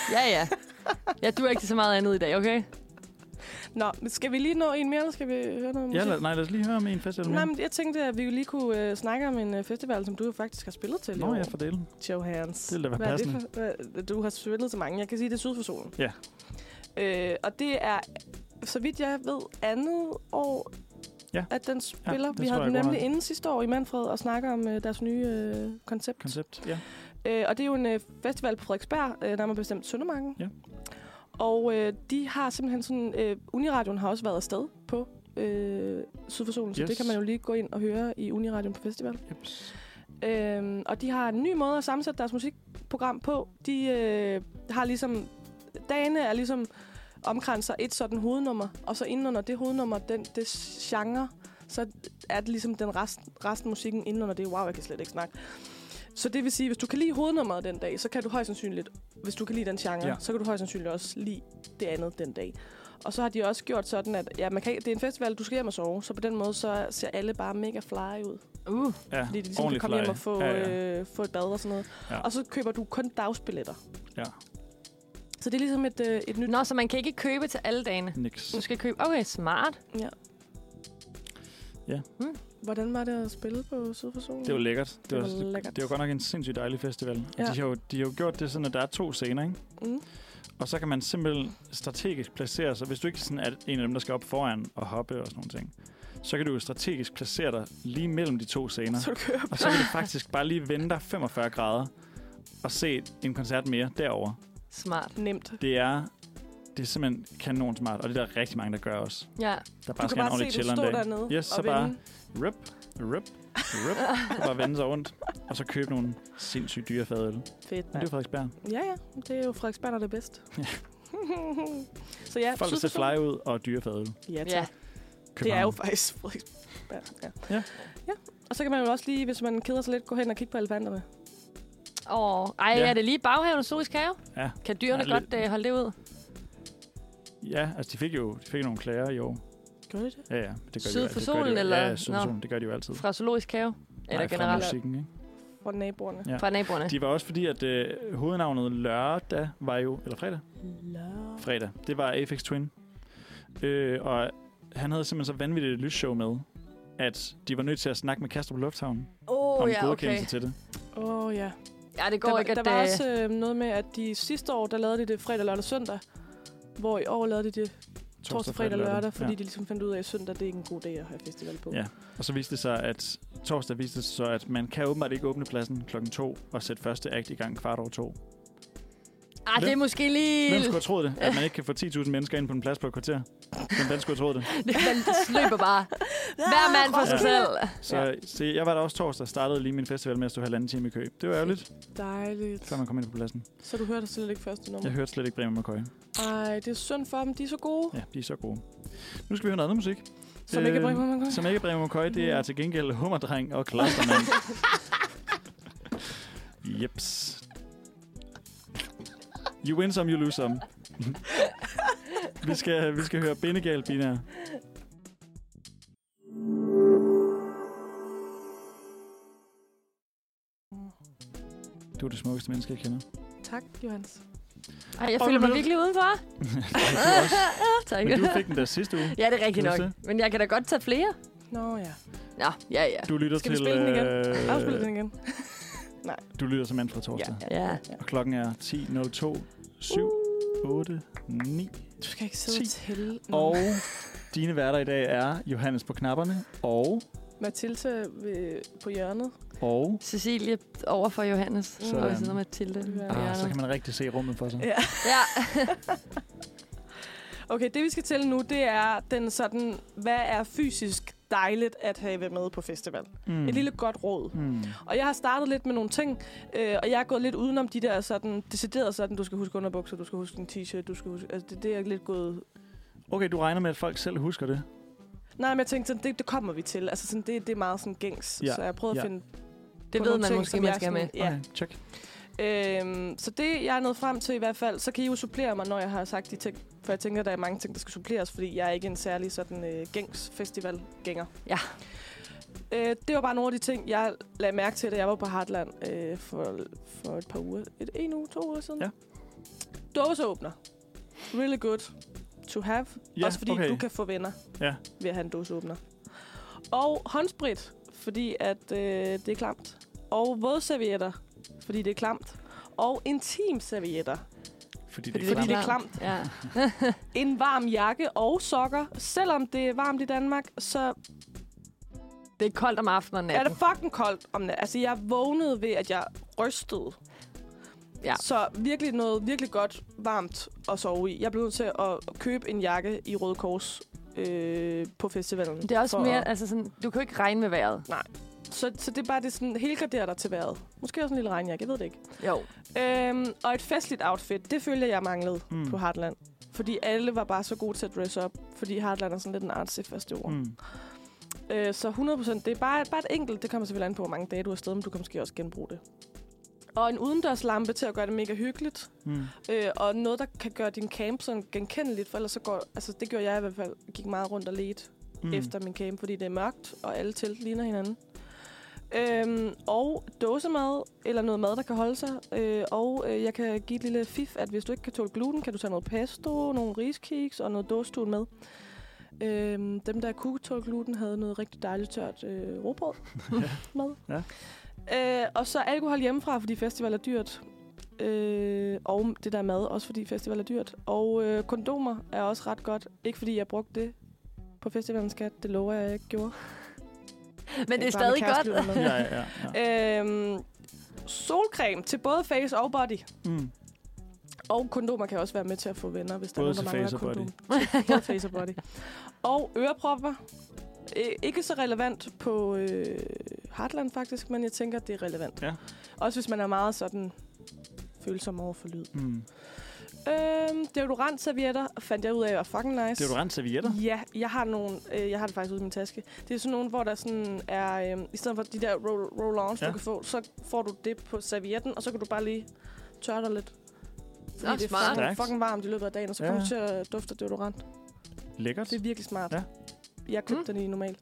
Jeg duer ikke til så meget andet i dag, okay? Nå, men skal vi lige nå en mere, eller skal vi høre noget musik? Lad os lige høre om en festival Nej, mere. men jeg tænkte, at vi jo lige kunne snakke om en festival, som du jo faktisk har spillet til. Nå, jeg fordeler. Johans. Det ville da være passende. Du har spillet til mange. Jeg kan sige, det er Syd for Solen. Ja. Og det er, så vidt jeg ved, andet år, at den spiller. det Vi tror havde jeg den godt nemlig nok. inde sidste år i Manfred og snakker om deres nye koncept. Ja. Og det er jo en festival på Frederiksberg, nærmere bestemt Søndermarken. Ja. Og de har simpelthen sådan... Uniradioen har også været afsted på Syd for Solen, så Yes. det kan man jo lige gå ind og høre i Uniradioen på festival. Og de har en ny måde at sammensætte deres musikprogram på. De har ligesom... Dagene er ligesom omkranser et sådan hovednummer, og så inden under det hovednummer, det genre, så er det ligesom den resten musikken inden under det. Wow, jeg kan slet ikke snakke. Så det vil sige, hvis du kan lide hovednummeret den dag, så kan du højst sandsynligt, hvis du kan lide den genre, så kan du højst sandsynligt også lide det andet den dag. Og så har de også gjort sådan, at det er en festival, du skal hjem og sove, så på den måde så ser alle bare mega fly ud. Ja, Fordi de ligesom kan komme hjem og få et bad og sådan noget. Ja. Og så køber du kun dagsbilletter. Ja. Så det er ligesom et nyt... Nå, så man kan ikke købe til alle dagene? Niks. Du skal købe... Okay, smart. Ja. Hvordan var det at spille på Syd for Solen? Det var lækkert. Det var godt nok en sindssygt dejlig festival. Ja. De har jo gjort det sådan, at der er 2 scener, ikke? Mm. Og så kan man simpelthen strategisk placere sig. Hvis du ikke sådan er en af dem, der skal op foran og hoppe og sådan nogle ting, så kan du jo strategisk placere dig lige mellem de 2 scener. Så du kører og så kan du faktisk bare lige vende dig 45 grader og se en koncert mere derovre. Smart. Nemt. Det er simpelthen kanon smart, og det er der rigtig mange, der gør også. Ja. Der Du kan bare se, du står dernede yes, så og bare vende. rip, så bare vende sig rundt, og så købe nogle sindssygt dyre fadøl. Fedt, Men det er Frederiksberg. Ja, det er jo Frederiksberg, der er det bedst. Ja. Så ja, folk, der ser fly ud og dyre fadøl. Ja, tak. Ja. Det er jo faktisk Frederiksberg. Ja. Og så kan man jo også lige, hvis man keder sig lidt, gå hen og kigge på elefanterne. Er det lige baghaven zoologisk have? Ja. Kan dyrene godt holde det ud? Ja, altså de fik nogle klager i år. Gør de det? Ja, det gør Syd de jo. for Solen, eller? Ja, Syd for Solen, det gør de jo altid. Fra zoologisk have? Eller fra generelt? musikken, ikke? Fra naboerne. Ja. Fra naboerne. De var også fordi, at hovednavnet lørdag var jo... Eller fredag? Fredag. Det var Aphex Twin. Og han havde simpelthen så vanvittigt et lysshow med, at de var nødt til at snakke med Kastrup Lufthavn om godkendelse til det. Ja. Ja, det går ikke, der var også noget med, at de sidste år, der lavede de det fredag, lørdag, søndag. Hvor i år lavede de det torsdag, fredag, lørdag, fordi de ligesom fandt ud af, at søndag det er ikke en god dag at have festival på. Ja, og så viste det sig, at torsdag viste det sig så, at man kan åbenbart ikke åbne pladsen 2:00 og sætte første akt i gang 2:15. Det er måske lige... Hvem skulle have troet det? At man ikke kan få 10.000 mennesker ind på en plads på et kvarter? Hvem skulle have troet det? Man sløber bare. Hver mand for sig selv. Så jeg var der også torsdag og startede lige min festival med at stå 1,5 time i kø. Det var ærgerligt. Dejligt. Før man kom ind på pladsen. Så du hørte slet ikke første nummer? Jeg hørte slet ikke Bremer McCoy. Ej, det er synd for dem. De er så gode. Ja, de er så gode. Nu skal vi høre noget andet musik. Som ikke er Bremer McCoy? Som ikke er Bremer McCoy. Det er til gengæld Hummerdreng og Klostermand. Jeps. You win some, you lose some. vi skal høre Bindegal Binær. Du er det smukkeste menneske, jeg kender. Tak, Johannes. Ej, jeg føler mig virkelig udenfor. Tak. Men du fik den der sidste uge. Ja, det er rigtigt nok. Men jeg kan da godt tage flere. Nå ja. Nå, ja. Du lytter Skal vi til... spille den igen? Afspille den igen? Nej. Du lytter som Manfred Torsdag. Ja. Og klokken er 10.02, 7, 8, 9, Du skal ikke sidde 10. og tælle. Og dine værter i dag er Johannes på knapperne og... Mathilde på hjørnet. Og... Cecilie over for Johannes. Sådan. Og ved siden af Mathilde. Så kan man rigtig se rummet for sig. Ja. Okay, det vi skal til nu, det er den sådan, hvad er fysisk dejligt at have med på festival. Et lille godt råd. Og jeg har startet lidt med nogle ting, og jeg er gået lidt udenom de der sådan, decideret sådan, du skal huske underbukser, du skal huske en t-shirt, du skal huske, altså det er lidt gået... Okay, du regner med, at folk selv husker det? Nej, men jeg tænkte sådan, det kommer vi til. Altså sådan, det er meget sådan gængs. Ja. Så jeg har prøvet at finde... Det ved man måske, man skal med. Ja. Okay, check. Så det, jeg er nået frem til i hvert fald, så kan I jo supplere mig, når jeg har sagt de ting. For jeg tænker, der er mange ting, der skal suppleres, fordi jeg er ikke en særlig sådan gængs festivalgænger. Ja. Det var bare nogle af de ting, jeg lagde mærke til, da jeg var på Heartland for et par uger. 2 uger siden. Ja. Dåseåbner. Really good to have. Ja, også fordi du kan få venner ved at have en dåseåbner. Og håndsprit, fordi at det er klamt. Og vådservietter, fordi det er klamt. Og intimservietter. Fordi det er klamt. Ja. En varm jakke og sokker. Selvom det er varmt i Danmark, så... Det er koldt om aftenen og natten. Er det fucking koldt om natten? Altså, jeg vågnede ved, at jeg rystede. Ja. Så virkelig noget virkelig godt varmt at sove i. Jeg blev nødt til at købe en jakke i Røde Kors på festivalen. Det er også mere... Altså sådan, du kan jo ikke regne med vejret. Nej. Så det er bare det sådan, helgarderer dig til vejret. Måske også en lille regnjakke, jeg ved det ikke. Jo. Og et festligt outfit, det følte jeg manglede på Heartland. Fordi alle var bare så gode til at dress up. Fordi Heartland er sådan lidt en artsy festival. Så 100%, det er bare et enkelt. Det kommer selvfølgelig an på, hvor mange dage du er afsted, men du kan måske også genbruge det. Og en udendørslampe til at gøre det mega hyggeligt. Og noget, der kan gøre din camp sådan genkendeligt, for ellers så går... Altså, det gjorde jeg i hvert fald. Jeg gik meget rundt og ledte efter min camp, fordi det er mørkt, og alle telt ligner hinanden. Og dåsemad, eller noget mad, der kan holde sig. Jeg kan give et lille fif, at hvis du ikke kan tåle gluten, kan du tage noget pesto, nogle riskiks og noget dåstun med. Dem, der kunne tåle gluten, havde noget rigtig dejligt tørt rugbrød med. Ja. Og så alkohol hjemmefra, fordi festival er dyrt. Og det der mad, også fordi festival er dyrt. Og kondomer er også ret godt. Ikke fordi jeg brugte det på festivalen, skat. Det lover jeg ikke gjorde. Men det er stadig godt. Ja. Solcreme til både face og body. Og kondomer kan også være med til at få venner, hvis der er nogen, der mangler kondom. Både face og body. Og ørepropper. Ikke så relevant på Heartland faktisk, men jeg tænker, at det er relevant. Ja. Også hvis man er meget sådan følsom over for lyd. Deodorantservietter fandt jeg ud af, var fucking nice. Deodorantservietter? Ja, jeg har nogle. Jeg har det faktisk ude i min taske. Det er sådan nogle, hvor der sådan er... I stedet for de der roll-ons, du kan få, så får du det på servietten, og så kan du bare lige tørre dig lidt. Fordi det er fucking varmt i løbet af dagen, og så kommer du til at dufte deodorant. Lækkert. Det er virkelig smart. Ja. Jeg købte den i normalt.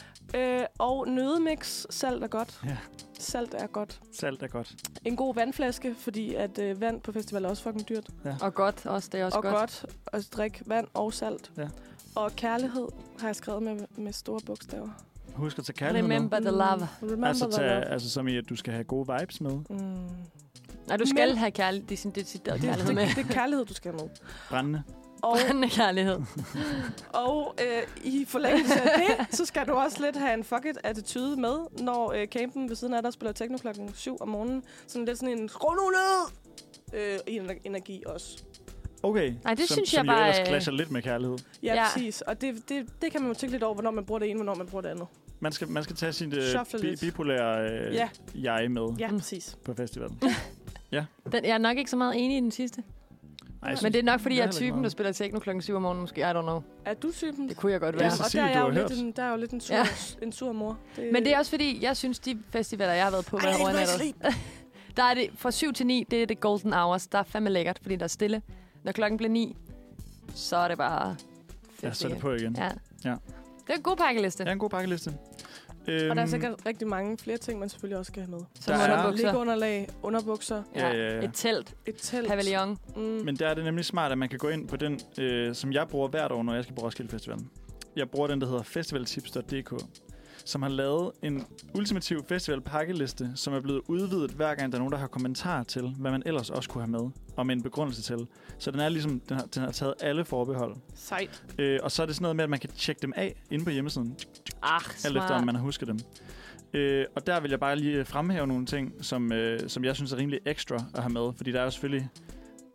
Og nødemix. Salt er godt. Ja. Salt er godt. Salt er godt. En god vandflaske, fordi at vand på festival er også fucking dyrt. Ja. Og godt også, det er også godt. Og godt at drikke vand og salt. Ja. Og kærlighed har jeg skrevet med store bogstaver. Husk at tage kærlighed Remember the love. Altså som i, at du skal have gode vibes med. Nej, du skal have kærlighed. Det er sådan decideret kærlighed med. Det er kærlighed, du skal have med. Brændende. Brændende kærlighed. Og i forlængelse af det, så skal du også lidt have en fuck it-attitude med, når campen ved siden af dig spiller techno klokken 7 om morgenen. Sådan lidt sådan en skru nu ned! Energi også. Okay. Ej, det synes jeg bare... Som ellers clasher lidt med kærlighed. Ja, præcis. Og det kan man jo tænke lidt over, hvornår man bruger det ene, hvornår man bruger det andet. Man skal tage sin bipolære jeg med. Ja, præcis. På festivalen. Ja. Jeg er nok ikke så meget enig i den sidste. Ej, men det er nok, fordi jeg er typen, der spiller techno klokken 7 om morgenen, måske. I don't know. Er du typen? Det kunne jeg godt være. Ja, og der er jo lidt en sur mor. Men det er også fordi, jeg synes, de festivaler, jeg har været på, der er det fra 7 til 9, det er det golden hours. Der er fandme lækkert, fordi der er stille. Når klokken bliver 9, så er det bare fedt. Ja, så er det på igen. Ja. Det er en god pakkeliste. Ja, en god pakkeliste. Og der er sikkert rigtig mange flere ting, man selvfølgelig også skal have med. Som underbukser. Liggeunderlag, underbukser. Ja. Et telt. Pavillon. Men der er det nemlig smart, at man kan gå ind på den, som jeg bruger hvert år, når jeg skal på Roskilde Festivalen. Jeg bruger den, der hedder festivaltips.dk, som har lavet en ultimativ festivalpakkeliste, som er blevet udvidet hver gang, der er nogen, der har kommentarer til, hvad man ellers også kunne have med, og med en begrundelse til. Så den er ligesom, den har taget alle forbehold. Sejt. Og så er det sådan noget med, at man kan tjekke dem af inde på hjemmesiden. Alt efter, om man har husket dem. Og der vil jeg bare lige fremhæve nogle ting, som jeg synes er rimelig ekstra at have med, fordi der er jo selvfølgelig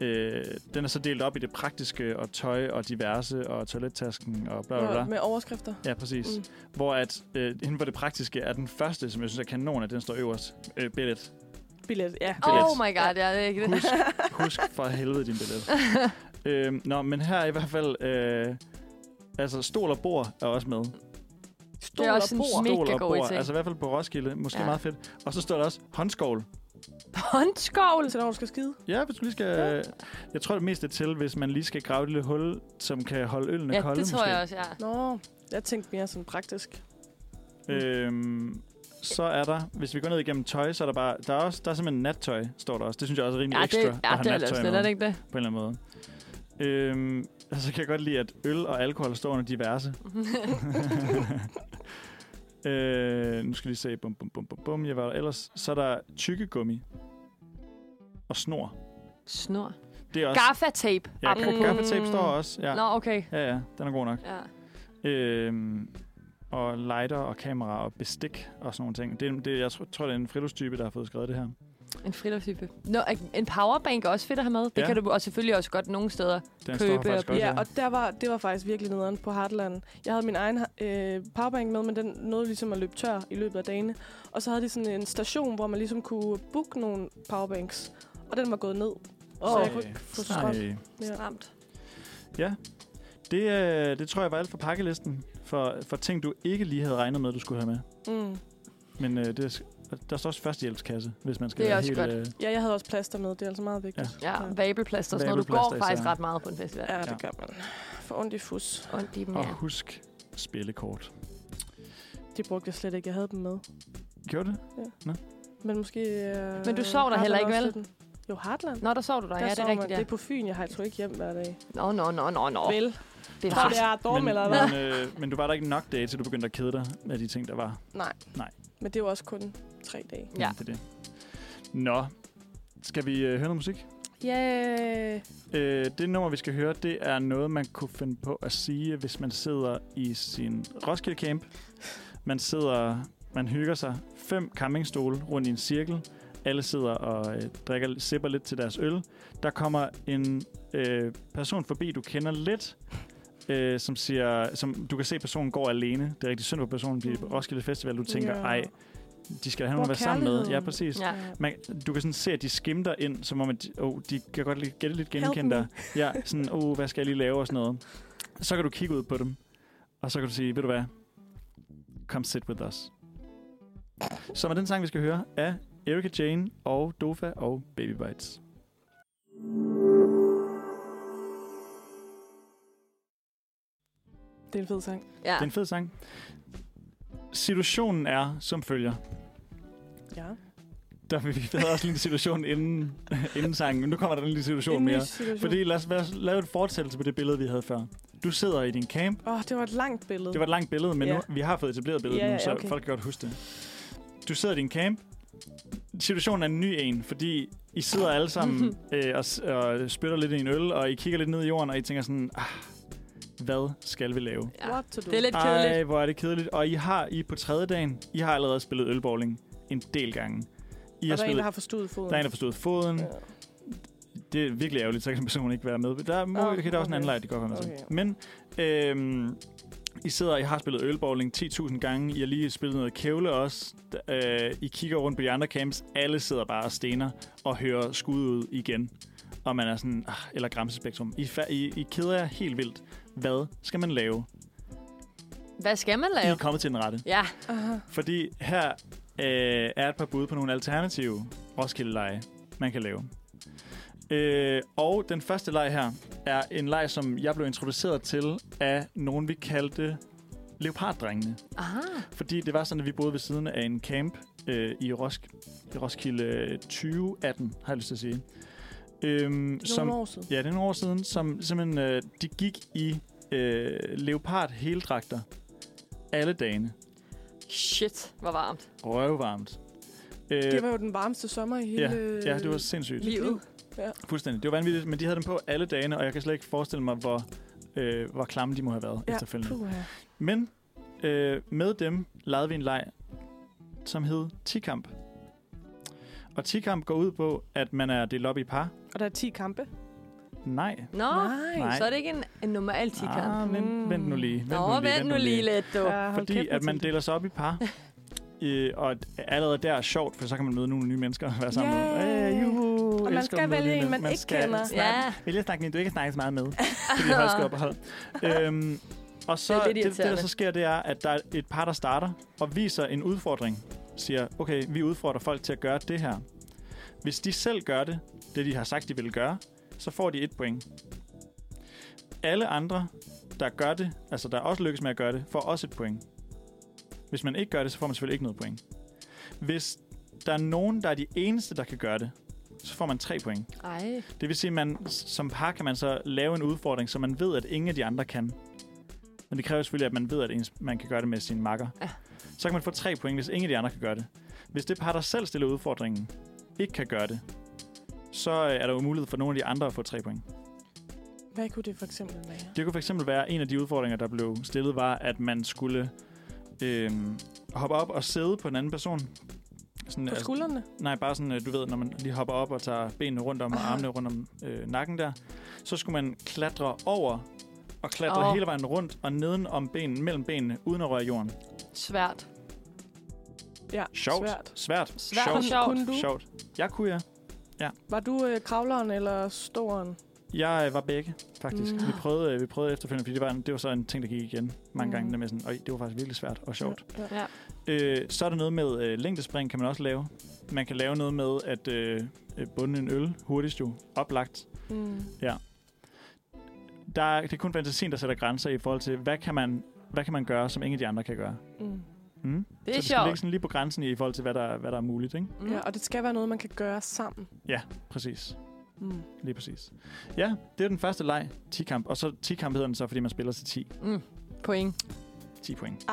den er så delt op i det praktiske og tøj og diverse og toilettasken og bla bla bla. Med overskrifter. Ja, præcis. Hvor at inden for det praktiske er den første, som jeg synes er kanon, at den står øverst. Billet. Billet, ja. Oh my god, ja, det er ikke det. Husk for helvede din billet. Men her er i hvert fald... altså, stol og bord er også med. Det er også en mega god idé. Altså i hvert fald på Roskilde. Måske meget fedt. Og så står der også håndskål. Håndskål? Så når du skal skide? Ja, hvis du lige skal... Ja. Jeg tror det mest er til, hvis man lige skal grave et lille hul, som kan holde ølene kolde. Ja, det tror jeg også, ja. Nå, jeg tænkte mere sådan praktisk. Så er der, hvis vi går ned igennem tøj, så er der er simpelthen nattøj, står der også. Det synes jeg også er rimelig ekstra at have nattøj med, ikke det? på en eller anden måde. Så kan jeg godt lide, at øl og alkohol står under diverse. Nu skal vi se. Bum. Jeg var der ellers. Så er der tykkegummi og snor. Snor? Det er også... Gaffatape. Ja, gaffatape står også. Ja. Nå, okay. Ja, den er god nok. Ja. Og lighter og kamera og bestik og sådan nogle ting. Jeg tror, det er en friluftstype, der har fået skrevet det her. En friluftstype. En powerbank er også fedt at have med. Det kan du og selvfølgelig også godt nogle steder købe. Ja, og det var faktisk virkelig nederen på Heartland. Jeg havde min egen powerbank med, men den nåede ligesom at løbe tør i løbet af dagene. Og så havde de sådan en station, hvor man ligesom kunne booke nogle powerbanks. Og den var gået ned. Så jeg kunne ikke få stramt. Ja, det tror jeg var alt for pakkelisten. For ting, du ikke lige havde regnet med, du skulle have med. Men der står også førstehjælpskasse, hvis man skal være helt... Godt. Ja, jeg havde også plaster med. Det er altså meget vigtigt. Ja, vabelplaster. Så du går faktisk ret meget på en festival. Ja, det gør man. For ondt i fus. Ondt i dem, Og husk spillekort. De brugte jeg slet ikke. Jeg havde dem med. Gjorde det? Ja. Nå. Men måske... Men du sov der heller ikke, vel? Jo, Heartland. Nå, der sov du der. Ja, det er rigtigt, ja. Det er på Fyn. Jeg har altså ikke hjem hver dag. Nå. Vel. Det er dårligt, eller hvad? Men du var der ikke nok dage, til du begyndte at kede dig med de ting, der var? Nej. Men det var også kun 3 dage. Ja. Det. Nå. Skal vi høre noget musik? Yeah. Det nummer, vi skal høre, det er noget, man kunne finde på at sige, hvis man sidder i sin Roskilde Camp. Man hygger sig 5 campingstole rundt i en cirkel. Alle sidder og sipper lidt til deres øl. Der kommer en person forbi, du kender lidt, som du kan se, personen går alene. Det er rigtig synd for personen bliver på Roskilde Festival. Du tænker, ej, de skal have nogen at være sammen med. Ja, præcis. Ja. Du kan sådan se, at de skimter ind, som om at de kan godt gætte lidt genkendt der. Ja, sådan, hvad skal jeg lige lave og sådan noget. Så kan du kigge ud på dem, og så kan du sige, ved du hvad? Come sit with us. Så med den sang, vi skal høre, er Erika Jane og Dofa og Baby Bites. Det er en fed sang. Ja. Det er en fed sang. Situationen er som følger. Ja. Vi havde også lige en situation inden sangen, men nu kommer der en lille situation mere. Fordi lad os lave et fortsættelse på det billede, vi havde før. Du sidder i din camp. Det var et langt billede. Det var et langt billede, men nu, vi har fået etableret billedet nu, så folk kan godt huske det. Du sidder i din camp. Situationen er en ny en, fordi I sidder alle sammen og spytter lidt i en øl, og I kigger lidt ned i jorden, og I tænker sådan, hvad skal vi lave? Ja. Det er lidt kedeligt. Ej, hvor er det kedeligt. Og I på 3. dagen, I har allerede spillet ølbowling en del gange. Der er en, der har forstået foden. Der er en, der har forstået foden. Ja. Det er virkelig ærgerligt, så kan personen ikke være med. Der er også en anden leg, de godt kommer med. Men I har spillet ølbowling 10.000 gange. I har lige spillet noget kævle også. I kigger rundt på de andre camps. Alle sidder bare og stener og hører skud ud igen. Og man er sådan, eller Gramsespektrum. I keder jer helt vildt. Hvad skal man lave? Hvad skal man lave? I er kommet til den rette. Ja. Fordi her er et par bud på nogle alternative Roskilde-lege, man kan lave. Og den første leg her er en leg, som jeg blev introduceret til af nogen, vi kaldte Leoparddrengene. Aha. Fordi det var sådan, at vi boede ved siden af en camp i Roskilde 2018, har jeg lyst til at sige. Nogle år siden. Ja, det er nogle år siden, som simpelthen de gik i leopard-heldragter alle dagene. Shit, hvor varmt. Røvvarmt. Det var jo den varmeste sommer i hele ja, det var sindssygt. livet. Ja. Fuldstændig. Det var vanvittigt, men de havde dem på alle dagene, og jeg kan slet ikke forestille mig, hvor klamme de må have været efterfølgende. Men med dem lavede vi en leg, som hed 10-kamp. Og 10-kamp går ud på, at man er delt op i par. Og der er 10 kampe? Nej. Nå, Nej. så er det ikke en normal tikamp. Vent nu lige. Vent nu lige lidt, du. Ja, Fordi at man deler sig op i par. Og allerede der er sjovt, for så kan man møde nogle nye mennesker og være sammen med. Og man skal vælge en, man ikke kender. Ja. Vælge at snakke en, du ikke har snakket så meget med. Fordi hold skal op og hold. Og så det der så sker, det er, at der er et par, der starter og viser en udfordring. Siger, okay, vi udfordrer folk til at gøre det her. Hvis de selv gør det de har sagt, de vil gøre, så får de 1 point. Alle andre, der gør det, altså der også lykkes med at gøre det, får også 1 point. Hvis man ikke gør det, så får man selvfølgelig ikke noget point. Hvis der er nogen, der er de eneste, der kan gøre det, så får man 3 point. Ej. Det vil sige, at man som par kan man så lave en udfordring, så man ved, at ingen af de andre kan. Men det kræver selvfølgelig, at man ved, at man kan gøre det med sin makker. Ja. Så kan man få 3 point, hvis ingen af de andre kan gøre det. Hvis det par, der selv stiller udfordringen, ikke kan gøre det, så er der jo mulighed for nogle af de andre at få 3 point. Hvad kunne det for eksempel være? Det kunne for eksempel være, en af de udfordringer, der blev stillet, var, at man skulle hoppe op og sidde på en anden person. Sådan, På skuldrene? Nej, bare sådan, du ved, når man lige hopper op og tager benene rundt om og armene rundt om nakken der, så skulle man klatre over og klatre hele vejen rundt og neden om benene, mellem benene, uden at røre jorden. Svært. Ja, Sjovt. Svært. Kunne du? Sjovt. Jeg kunne, ja. Var du kravleren eller storen? Jeg var begge, faktisk. Vi prøvede efterfølgende, fordi det var så en ting, der gik igen mange gange. Med sådan, det var faktisk virkelig svært og sjovt. Ja. Så er der noget med længdespring, kan man også lave. Man kan lave noget med at bunde en øl hurtigst jo. Oplagt. Ja. Det er kun fantasien, der sætter grænser i forhold til, hvad kan man gøre, som ingen af de andre kan gøre. Det er så sjovt. ligge sådan lige på grænsen i forhold til, hvad der er muligt, ikke? Ja, og det skal være noget, man kan gøre sammen. Ja, præcis. Lige præcis. Ja, det er den første leg, 10-kamp. Og så 10-kamp hedder den så, fordi man spiller til 10. Point. 10 point.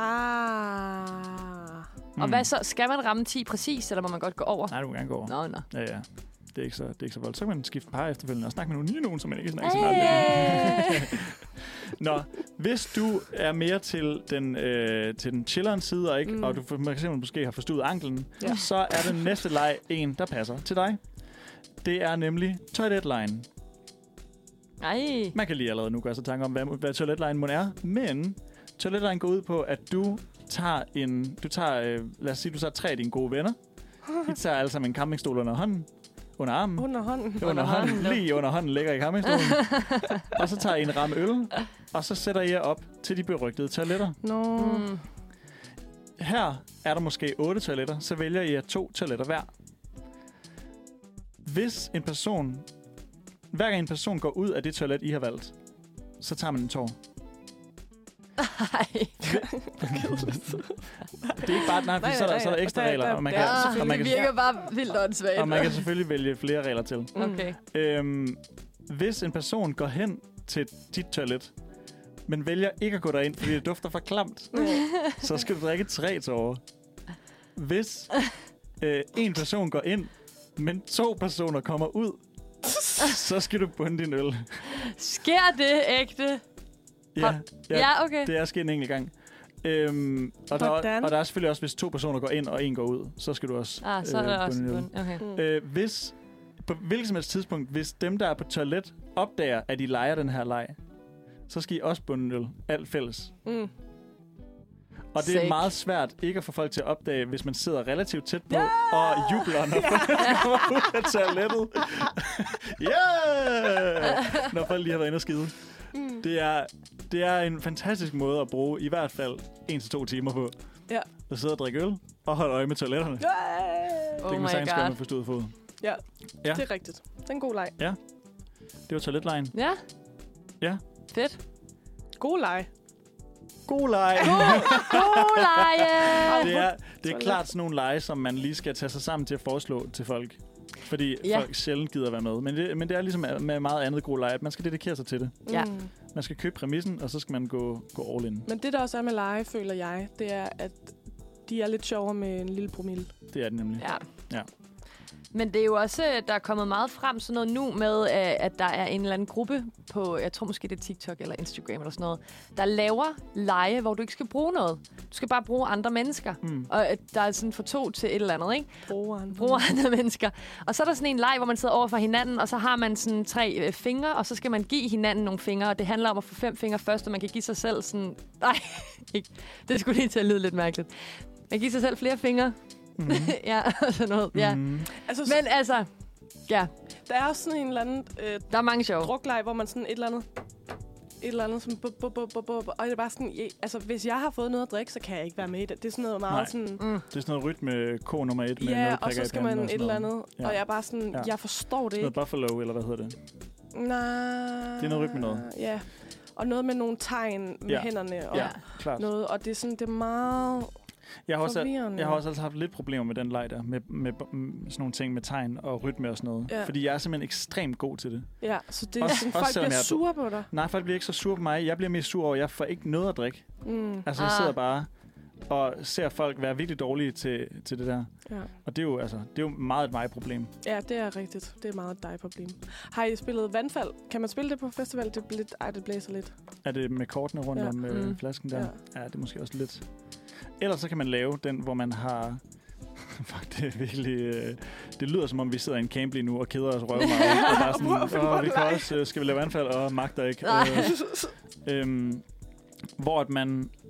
Og hvad så? Skal man ramme 10 præcis, eller må man godt gå over? Nej, du må gerne gå over. Nå. Ja. Det er ikke så voldt. Så kan man skifte par efterfølgende og snakke med nogle nye nogen, som man ikke snakker så meget med. Nå, hvis du er mere til den chilleren side, og, ikke, og du for eksempel måske har forstået anklen, så er den næste leg en, der passer til dig. Det er nemlig toiletlejen. Nej. Man kan lige allerede nu gøre sig tanker om, hvad toiletlejen må er, men toiletlejen går ud på, at du tager lad os sige, du tager 3 af dine gode venner. De tager alle sammen en campingstol under hånden. Under armen. Under hånden. Lige under hånden ligger i campingstolen. Og så tager I en ramme øl, og så sætter I jer op til de berygtede toiletter. Her er der måske 8 toiletter, så vælger I 2 toiletter hver. Hvis hver gang en person går ud af det toilet, I har valgt, så tager man en tår. Nej. Det er ikke bare, nej, så er der ekstra regler. Og man kan, det virker bare vildt åndssvagt. Og man kan selvfølgelig vælge flere regler til. Okay. Hvis en person går hen til dit toilet, men vælger ikke at gå derind, fordi det dufter for klamt, så skal du drikke 3 tårer. Hvis en person går ind, men 2 personer kommer ud, så skal du bunde din øl. Sker det ægte? Ja, okay. Det er sket en enkelt gang. Og der er selvfølgelig også, hvis 2 personer går ind, og 1 går ud, så skal du også så er der også bunde øl. Okay. Hvis på hvilket som helst tidspunkt, hvis dem, der er på toilet, opdager, at de leger den her leg, så skal I også bunde øl. Alt fælles. Og det er meget svært ikke at få folk til at opdage, hvis man sidder relativt tæt på og jubler, når folk kommer ud af toilettet. Når folk lige har været inde og skide. Det er en fantastisk måde at bruge i hvert fald 1-2 timer på. Ja. At sidde og drikke øl og holde øje med toiletterne. Det kan man sagtens gøre med forstået fod. Ja, det er rigtigt. Det er en god leg. Ja, det var toiletlejen. Ja. Fedt. God leg. God leg. God lege. Det er klart sådan nogle lege, som man lige skal tage sig sammen til at foreslå til folk. Fordi folk sjældent gider være med. Men det er ligesom med meget andet god lege, at man skal dedikere sig til det. Ja. Man skal købe præmissen, og så skal man gå all in. Men det, der også er med lege, føler jeg, det er, at de er lidt sjovere med en lille promille. Det er det nemlig. Ja. Men det er jo også, der er kommet meget frem sådan noget nu med, at der er en eller anden gruppe på, jeg tror måske det er TikTok eller Instagram eller sådan noget, der laver lege, hvor du ikke skal bruge noget. Du skal bare bruge andre mennesker. Og der er sådan fra 2 til et eller andet, ikke? Bruge andre mennesker. Og så er der sådan en leg, hvor man sidder over for hinanden, og så har man sådan 3 fingre, og så skal man give hinanden nogle fingre, og det handler om at få 5 fingre først, og man kan give sig selv sådan... Nej, ikke. Det skulle lige til at lyde lidt mærkeligt. Man kan give sig selv flere fingre. Ja, sådan noget. Ja. Altså, men altså, ja. Der er også sådan en eller anden der er mange sjove drukleg, hvor man sådan et eller andet som og det er bare sådan, altså hvis jeg har fået noget at drikke, så kan jeg ikke være med i det. Det er sådan noget meget sådan... Det er sådan noget rytme ko nummer 1 med ja, og så skal man et eller andet. Ja. Og jeg er bare sådan, jeg forstår det ikke. Noget buffalo, eller hvad hedder det? Nej. Det er noget rytme noget. Ja. Og noget med nogle tegn med hænderne og klart. noget. Og det er sådan, det er meget... Jeg har også haft lidt problemer med den leg der, med sådan nogle ting med tegn og rytme og sådan noget. Ja. Fordi jeg er simpelthen ekstremt god til det. Ja, så det er sådan, folk bliver sure på dig. Nej, folk bliver ikke så sure på mig. Jeg bliver mest sur over, at jeg får ikke noget at drikke. Altså, jeg sidder bare og ser folk være virkelig dårlige til det der. Ja. Og det er jo meget et mig-problem. Ja, det er rigtigt. Det er meget et dig-problem. Har I spillet vandfald? Kan man spille det på festival? Det blæser lidt. Er det med kortene rundt om flasken der? Ja, det er måske også lidt... Ellers så kan man lave den, hvor man har... Fuck, det er virkelig... det lyder som om, vi sidder i en camp lige nu og keder os røv meget. Og bare sådan, vi kan også... skal vi lave vandfald? Og magter ikke. Hvor at man...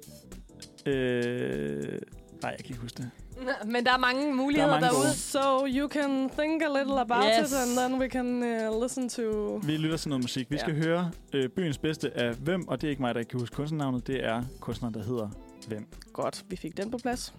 nej, jeg kan ikke huske det. Men der er mange muligheder derude. So you can think a little about it, and then we can listen to... Vi lytter til noget musik. Vi skal høre byens bedste af Hvem, og det er ikke mig, der ikke kan huske kunstnernavnet. Det er kunstneren, der hedder Hvem. Godt, vi fik den på plads.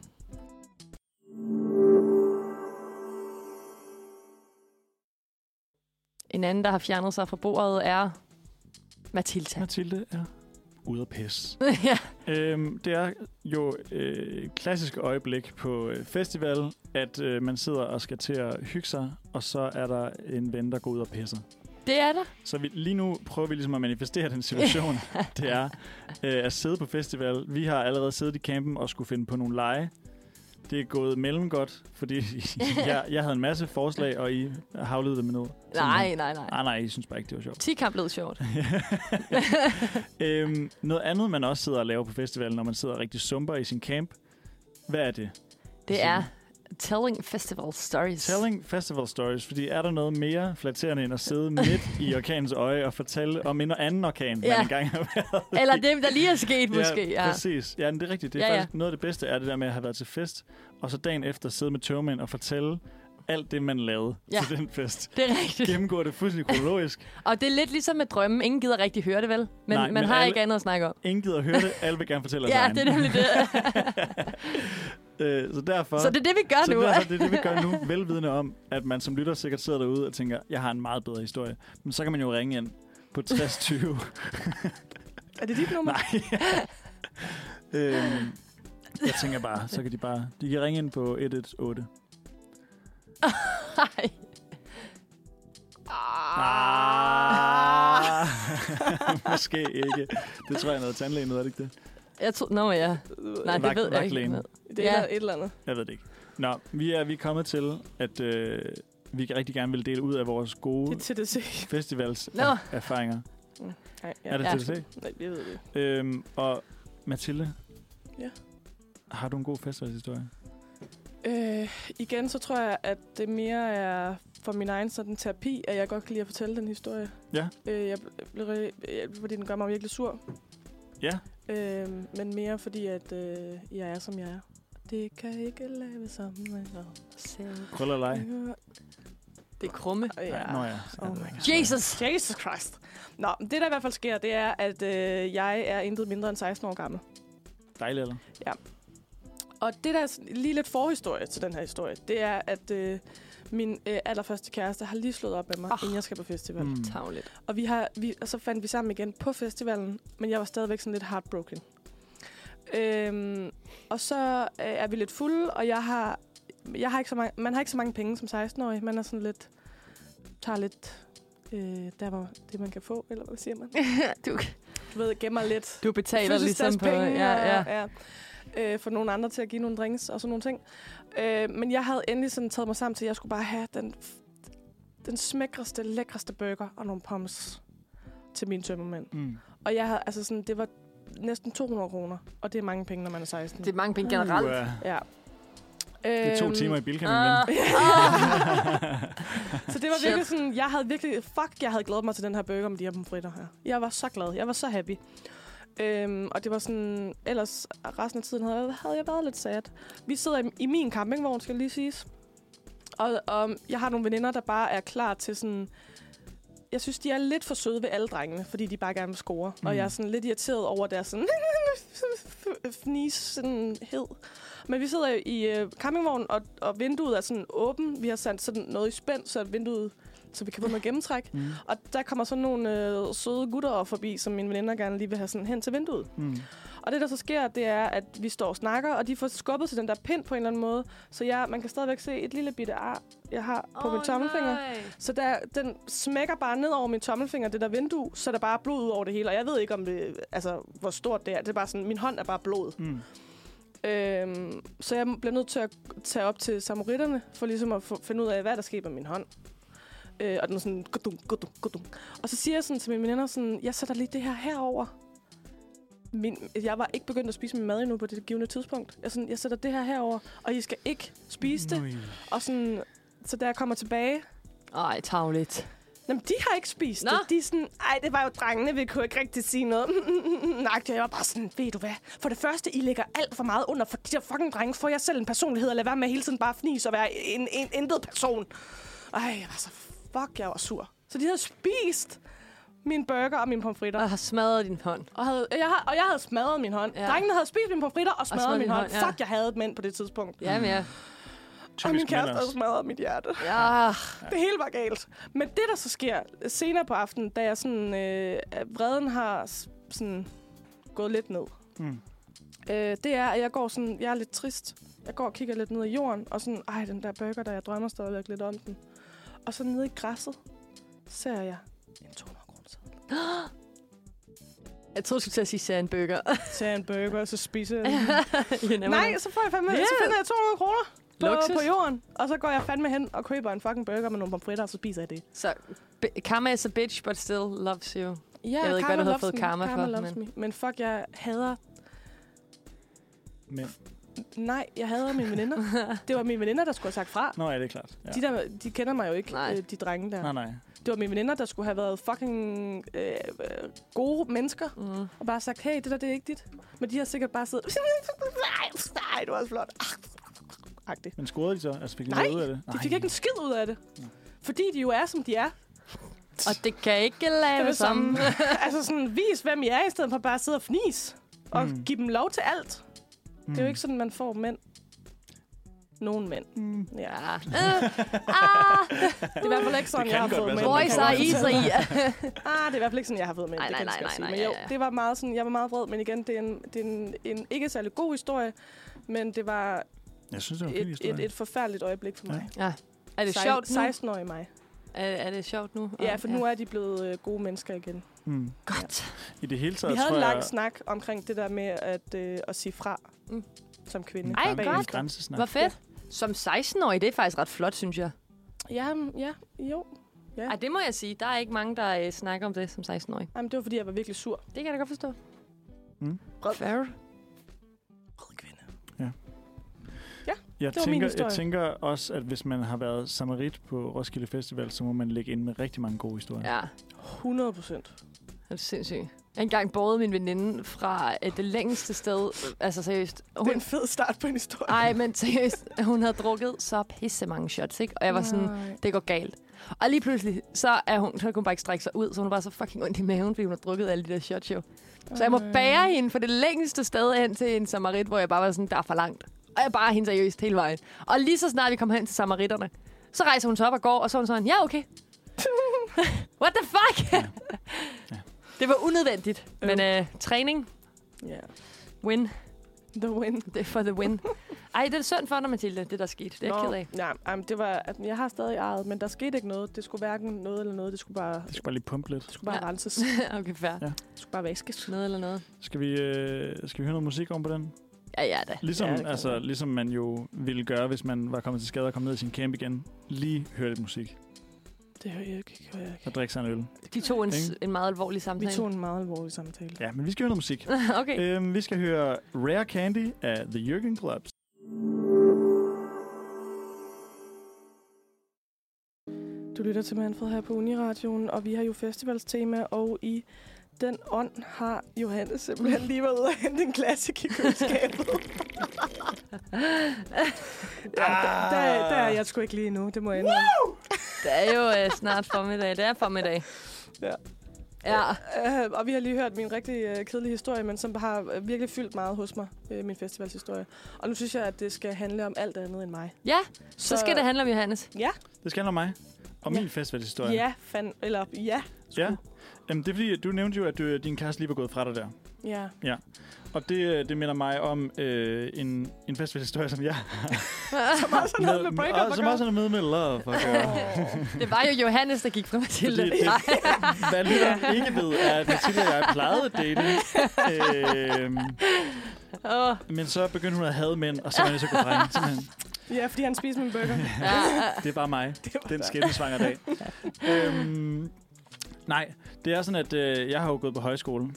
En anden, der har fjernet sig fra bordet, er Mathilda. Mathilde er ude at pisse. Ja. Det er jo et klassisk øjeblik på festival, at man sidder og skal til at hygge sig, og så er der en ven, der går ud og pisser. Det er der. Så lige nu prøver vi ligesom at manifestere den situation. Det er at sidde på festival. Vi har allerede siddet i campen og skulle finde på nogle lege. Det er gået mellemgodt, fordi jeg havde en masse forslag, og I havlede dem ned. Nej, I synes bare ikke, det var sjovt. 10-kamp lød sjovt. Noget andet, man også sidder og laver på festivalen, når man sidder rigtig sumper i sin camp. Hvad er det? Det er telling festival stories. Telling festival stories, fordi er der noget mere flatterende end at sidde midt i orkanens øje og fortælle om en anden orkan, man engang har været eller det, der lige er sket måske. Ja, præcis. Ja, det er rigtigt. Det er faktisk noget af det bedste, er det der med at have været til fest, og så dagen efter sidde med tørmænd og fortælle alt det, man lavede til den fest. Det er rigtigt. Gennemgår det fuldstændig kronologisk. Og det er lidt ligesom med drømme. Ingen gider rigtig høre det, vel? Men man har ikke andet at snakke om. Ingen gider høre det. Alle vil gerne fortælle os det er nemlig det. Så derfor... Så det er det, vi gør nu. Det er det, vi gør nu. Velvidende om, at man som lytter sikkert sidder derude og tænker, jeg har en meget bedre historie. Men så kan man jo ringe ind på 6020. Er det dit nummer? Nej. Jeg tænker bare, så kan de kan ringe ind på 118. Måske ikke. Det tror jeg er noget tandlæge, noget er det ikke det? Jeg tror, Nej, det ved jeg ikke. Det er et eller andet. Jeg ved det ikke. Nå, vi er kommet til, at vi rigtig gerne vil dele ud af vores gode festivals erfaringer. Er det TDC? Nej, jeg ved det. Og Mathilde, har du en god festivalshistorie? Igen, så tror jeg, at det mere er for min egen sådan terapi, at jeg godt kan lide at fortælle den historie. Ja. Fordi den gør mig virkelig sur. Ja. Men mere fordi, at jeg er, som jeg er. Det kan ikke lave sammen. Krøller leg. Det er krumme. Jesus Christ. Nå, det der i hvert fald sker, det er, at jeg er intet mindre end 16 år gammel. Dejligt, eller? Ja. Og det der er lige lidt forhistorie til den her historie, det er, at min allerførste kæreste har lige slået op af mig, inden jeg skal på festival. Tavligt. Og så fandt vi sammen igen på festivalen, men jeg var stadigvæk sådan lidt heartbroken. Og så er vi lidt fulde, og man har ikke så mange penge som 16-årig. Man er sådan lidt, tager lidt der hvor det man kan få, eller hvad siger man? du ved, gemmer lidt Du betaler ligesom på... Ja. For nogle andre til at give nogle drinks og sådan nogle ting. Men jeg havde endelig sådan taget mig sammen til, at jeg skulle bare have den smækreste, lækreste burger og nogle pommes til min tømmermænd. Og jeg havde, altså sådan, det var næsten 200 kroner, og det er mange penge, når man er 16. Det er mange penge generelt. Ja. Det er 2 timer i Bilka, min ven. Så det var virkelig sådan, jeg havde glædet mig til den her burger med de her pomfritter her. Jeg var så glad, jeg var så happy. Og det var sådan, ellers resten af tiden havde jeg været lidt sad. Vi sidder i min campingvogn, skal lige siges. Og jeg har nogle veninder, der bare er klar til sådan... Jeg synes, de er lidt for søde ved alle drengene, fordi de bare gerne vil score. Og jeg er sådan lidt irriteret over deres sådan fnisenhed. Men vi sidder i campingvognen, og vinduet er sådan åben. Vi har sat sådan noget i spænd, så vinduet, så vi kan få noget gennemtræk. Og der kommer sådan nogle søde gutter forbi, som mine veninder gerne lige vil have sådan hen til vinduet. Og det, der så sker, det er, at vi står og snakker, og de får skubbet til den der pind på en eller anden måde. Så man kan stadigvæk se et lille bitte ar, jeg har på min tommelfinger. Nej. Så den smækker bare ned over min tommelfinger, det der vindue, så der bare er blod ud over det hele. Og jeg ved ikke, om det, altså, hvor stort det er. Det er bare sådan, min hånd er bare blod. Så jeg bliver nødt til at tage op til samaritterne, for ligesom at finde ud af, hvad der sker med min hånd. Og den er sådan... Og så siger jeg sådan til mine veninder, sådan, jeg sætter lige det her herover. Jeg var ikke begyndt at spise min mad endnu på det givende tidspunkt. Jeg sætter det her herover, og I skal ikke spise det. Og sådan, så da jeg kommer tilbage... Ej, tavligt. Jamen, de har ikke spist det. De er sådan, det var jo drengene, vi kunne ikke rigtig sige noget. Jeg var bare sådan, ved du hvad? For det første, I lægger alt for meget under for de der fucking drenge. Får jeg selv en personlighed, og lad være med hele tiden bare fnise og være en intet person. Jeg var så jeg var sur. Så de havde spist min burger og mine pomfritter. Og har smadret din hånd. Og jeg havde smadret min hånd. Ja. Drengene havde spist mine pomfritter og smadret min hånd. Ja. Fuck, jeg havde et mænd på det tidspunkt. Jamen, ja. Og min kæreste havde smadret mit hjerte. Ja. Det hele var galt. Men det, der så sker senere på aftenen, da jeg sådan... vreden har sådan gået lidt ned. Det er, at jeg går sådan... Jeg er lidt trist. Jeg går og kigger lidt ned i jorden, og sådan... den der burger, der jeg drømmer stadigvæk lidt om den. Og så nede i græsset ser jeg en 200 kroner seddel. Jeg troede, du skulle til at sige, ser en burger. Ser en burger, så spiser jeg den. Nej, så får jeg fandme... Så finder jeg 200 kroner på jorden. Og så går jeg fandme hen og køber en fucking burger med nogle pomfritter, og så spiser jeg det. Så karma is a bitch, but still loves you. Ja, jeg ved ikke, hvad du har fået karma for. Loves me. Men fuck, jeg hader... Nej, jeg hader mine veninder. Det var mine veninder, der skulle have sagt fra. Nå, ja, det er klart. Ja. De kender mig jo ikke, de drenge der. Nej. Det var mine veninder, der skulle have været fucking gode mennesker. Og bare sagt, hey, det er ikke dit. Men de har sikkert bare siddet... Nej, du er også flot. Agtigt. Men scorede de så? Altså, fik de noget ud af det? De fik ikke en skid ud af det. Fordi de jo er, som de er. Og det kan ikke lave sammen. Altså sådan, vis, hvem I er, i stedet for bare at sidde og fnis. Og give dem lov til alt. Det er jo ikke sådan, man får mænd. Nogle mænd. Ja. Det er i hvert fald ikke sådan, jeg har fået mænd. Boys are easy. Det er i hvert fald ikke sådan, jeg har fået mænd. Nej. Men jo, det var meget sådan, jeg var meget vred. Men igen, det er en ikke særlig god historie. Men det var, jeg synes, det var en fin historie. Et forfærdeligt øjeblik for mig. Ja. Er det sjovt nu? 16-årig mig. Er det sjovt nu? Ja, for nu er de blevet gode mennesker igen. Godt. I det hele taget, vi havde en lang snak omkring det der med at sige fra som kvinde. Ej, godt. Hvor fedt. Som 16-årig, det er faktisk ret flot, synes jeg. Ja. Ej, det må jeg sige. Der er ikke mange, der snakker om det som 16-årig. Jamen, det var, fordi jeg var virkelig sur. Det kan jeg da godt forstå. Fair. Rød kvinde. Ja. Jeg tænker også, at hvis man har været samarit på Roskilde Festival, så må man lægge ind med rigtig mange gode historier. Ja. 100%. Det er sindssygt. Jeg engang bårede min veninde fra det længste sted. Altså seriøst. Det er en fed start på en historie. Nej, men seriøst. Hun havde drukket så pisse mange shots, ikke? Og jeg var sådan, det går galt. Og lige pludselig, så kunne hun bare ikke strække sig ud, så hun var så fucking ondt i maven, fordi hun havde drukket alle de der shots jo. Så jeg må bære hende for det længste sted hen til en samarit, hvor jeg bare var sådan, der er for langt. Og jeg bare hende seriøst hele vejen. Og lige så snart vi kom hen til samaritterne, så rejser hun sig op og går, og så er hun sådan, ja, okay. What the fuck? Ja. Det var unødvendigt. Men træning, win. The win. Det er for the win. Ej, det er synd for dig, Mathilde, det der skete. Det er jeg ked af. Ja, det var, at jeg har stadig ejet, men der skete ikke noget. Det skulle hverken noget eller noget. Det skulle bare lige pumpe lidt. Det skulle bare renses. Okay, fair. Ja. Det skulle bare vaskes. Noget eller noget. Skal vi høre noget musik om på den? Ja da. Ligesom man jo ville gøre, hvis man var kommet til skade og kom ned i sin camp igen. Lige høre lidt musik. Det hører jeg ikke. Og drikke sig en øl. De tog en meget alvorlig samtale. Vi tog en meget alvorlig samtale. Ja, men vi skal høre noget musik. Okay. Vi skal høre Rare Candy af The Jürgen Clubs. Du lytter til Manfred her på Uniradioen, og vi har jo festivalstema, og i den ånd har Johannes simpelthen lige været ude og hente en klassik i køleskabet. Der er jeg sgu ikke lige nu, det må jeg indrømme. Det er jo snart formiddag. Det er formiddag. Ja. Og vi har lige hørt min rigtig kedelige historie, men som har virkelig fyldt meget hos mig, min festivalshistorie. Og nu synes jeg, at det skal handle om alt andet end mig. Ja, så skal det handle om Johannes. Ja. Det skal handle om mig. Og min festivalshistorie. Ja, Ja. Jamen, det er fordi, du nævnte jo, at din kæreste lige var gået fra dig der. Ja. Og det minder mig om en festivalhistorie, som jeg som også har noget med breakup at gøre. Som også har noget med love at gøre. Det var jo Johannes, der gik fra Mathilde. Hvad lytteren ikke ved, er, at Mathilde og jeg plejede dating. Men så begyndte hun at hade mænd, og så var det så god dreng. Simpelthen. Ja, fordi han spiser min burger. Det er bare mig. Den skæbnesvanger dag. Nej, det er sådan, at jeg har jo gået på højskole.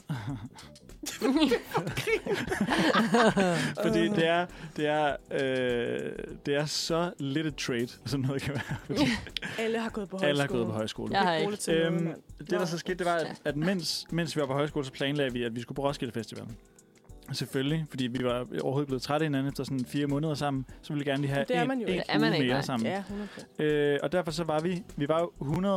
Fordi det er så lidt et trait, som noget kan være. Alle har gået på højskole. Alle har gået på højskole. Jeg har ikke. Det, der så skete, det var, at mens vi var på højskole, så planlagde vi, at vi skulle på Roskilde Festival. Selvfølgelig, fordi vi var overhovedet blevet trætte hinanden efter sådan 4 måneder sammen, så ville vi gerne lige have en uge mere sammen. Ja, og derfor så var vi var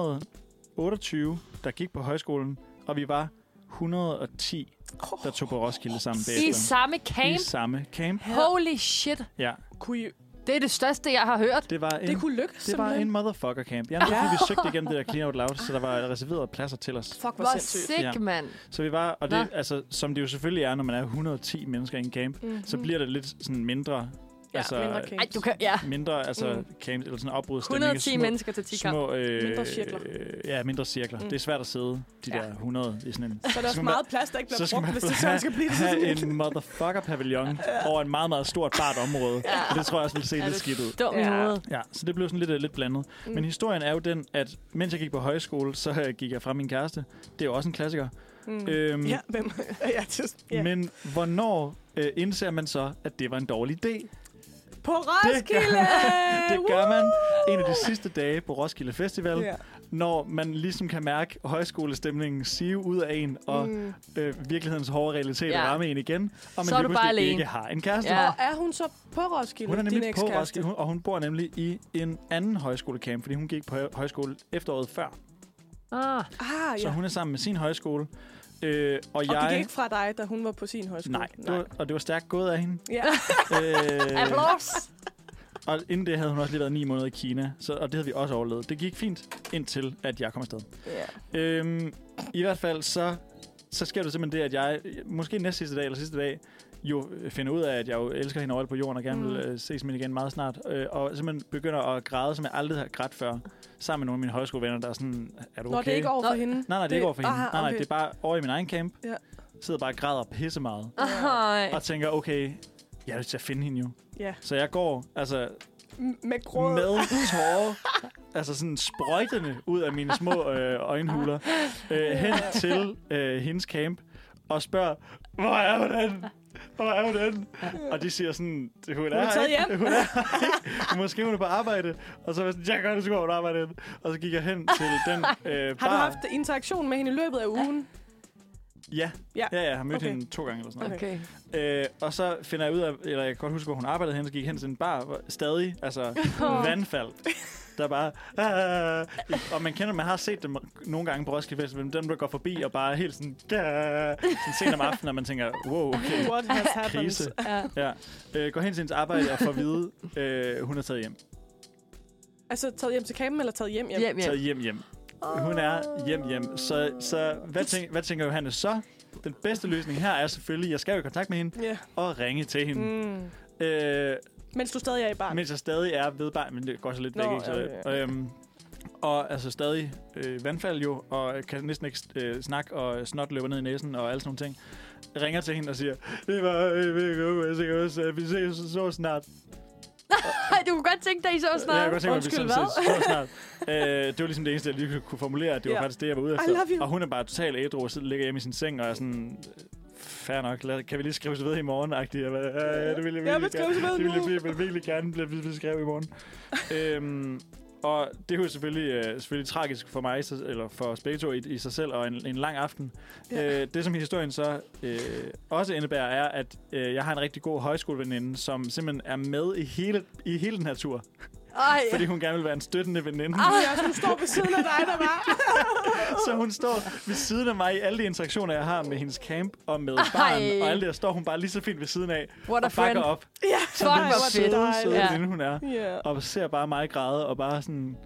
128, der gik på højskolen, og vi var 110, der tog på Roskilde sammen bagefter. I samme camp? I samme camp. Holy shit. Ja. Det er det største, jeg har hørt. Det kunne lykkes, det var en motherfucker camp. Ja, fordi vi søgte igennem det der Clean Out Loud, så der var reserveret pladser til os. Fuck, hvor sick, mand. Så vi var, og det, altså, som det jo selvfølgelig er, når man er 110 mennesker i en camp, så bliver det lidt sådan mindre. Ja, altså, mindre camps. Ej, du kan, ja. Mindre, camps, eller sådan opbrudsstemning. 110 mennesker til 10 kamp. Mindre cirkler. Ja, mindre cirkler. Det er svært at sidde, de der 100 i sådan en. Så er der også meget plads, der ikke bliver brugt, hvis det sådan skal blive det. have en motherfucker-pavillon over en meget, meget stort bart område. Og det tror jeg også ville se lidt skidt ud. Dum i hovedet. Ja, så det blev sådan lidt blandet. Men historien er jo den, at mens jeg gik på højskole, så gik jeg fra min kæreste. Det er jo også en klassiker. Ja, hvem? Men hvornår indser man så, at det var en dårlig idé? På Roskilde! Det gør man en af de sidste dage på Roskilde Festival, når man ligesom kan mærke højskolestemningen sive ud af en, og virkelighedens hårde realiteter ramme en igen, og man lige pludselig ikke har en kæreste. Ja. Og er hun så på Roskilde, hun er nemlig på Roskilde, og hun bor nemlig i en anden højskolecamp, fordi hun gik på højskole efteråret før. Så hun er sammen med sin højskole. Og jeg gik ikke fra dig, da hun var på sin højskole? Nej. Det var stærkt gået af hende. Ja. Applaus! Og inden det havde hun også lige været 9 måneder i Kina, og det havde vi også overlevet. Det gik fint, indtil at jeg kom afsted. Yeah. I hvert fald så sker det simpelthen det, at jeg måske næste sidste dag eller sidste dag jo finder ud af, at jeg jo elsker hende overalt på jorden og gerne vil ses med hende igen meget snart. Og simpelthen begynder at græde, som jeg aldrig har grædt før, sammen med nogle af mine højskolevenner, der er sådan, er du okay? Nå, det er ikke over for hende? Nej, det er ikke over for hende. Nej, det er bare over i min egen camp. Ja. Sidder bare og græder pisse meget. Og tænker, okay, jeg har lyst til at finde hende jo. Ja. Så jeg går, altså med gråd. Med tårer, altså sådan sprøjtende ud af mine små øjenhuler, hen til hendes camp og spørger, hvor er hun den? Og de siger sådan, hun er taget hjem. Hun er ikke. Måske hun er på arbejde. Og så var jeg sådan, jeg gør det sgu på arbejde. Og så gik jeg hen til den bar. Har du haft interaktion med hende i løbet af ugen? Ja. Jeg har mødt hende 2 gange eller sådan noget. Okay. Og så finder jeg ud af, eller jeg kan godt huske, hvor hun arbejdede hen, så gik hen til en bar, stadig, altså vandfald. Der bare, og man har set dem nogle gange på Roskilde Festival, men dem der går forbi og bare helt sådan sent om aftenen, og man tænker, wow, okay, what has happened? Krise. Går hen til hendes arbejde og får at vide, hun er taget hjem. Altså taget hjem til campen, eller taget hjem? Taget hjem. Hun er hjem. Så hvad tænker Johannes så? Den bedste løsning her er selvfølgelig, jeg skal jo i kontakt med hende og ringe til hende. Mens du stadig er i barn. Mens jeg stadig er ved barn, men det går så lidt væk. Ikke? Så, og altså stadig vandfald jo, og kan næsten ikke snakke, og snot løber ned i næsen, og alle sådan nogle ting. Jeg ringer til hende og siger, det var vi ses så snart. Du kunne godt tænke dig, I så snart. Ja, jeg kunne godt tænke mig, at vi Undskyld, ses så snart. Det var ligesom det eneste, jeg lige kunne formulere, at det var faktisk det, jeg var ude efter. Og hun er bare totalt ædru, og ligger hjemme i sin seng, og er sådan... Fair nok. Kan vi lige skrive ved i morgen-agtigt? Det vil jeg virkelig gerne blive skrevet i morgen. Og det er jo selvfølgelig tragisk for mig, eller for os begge to i sig selv, og en lang aften. Ja. Det, som historien så også indebærer, er, at jeg har en rigtig god højskoleveninde, som simpelthen er med i hele den her tur. Fordi hun gerne vil være en støttende veninde. Ja, hun står ved siden af dig, der var. Så hun står ved siden af mig i alle de interaktioner, jeg har med hendes camp og med barn. Og alt det, der står hun bare lige så fint ved siden af. What og bakker op. Ja, så den søde veninde, hun er. Yeah. Og ser bare mig græde og bare sådan...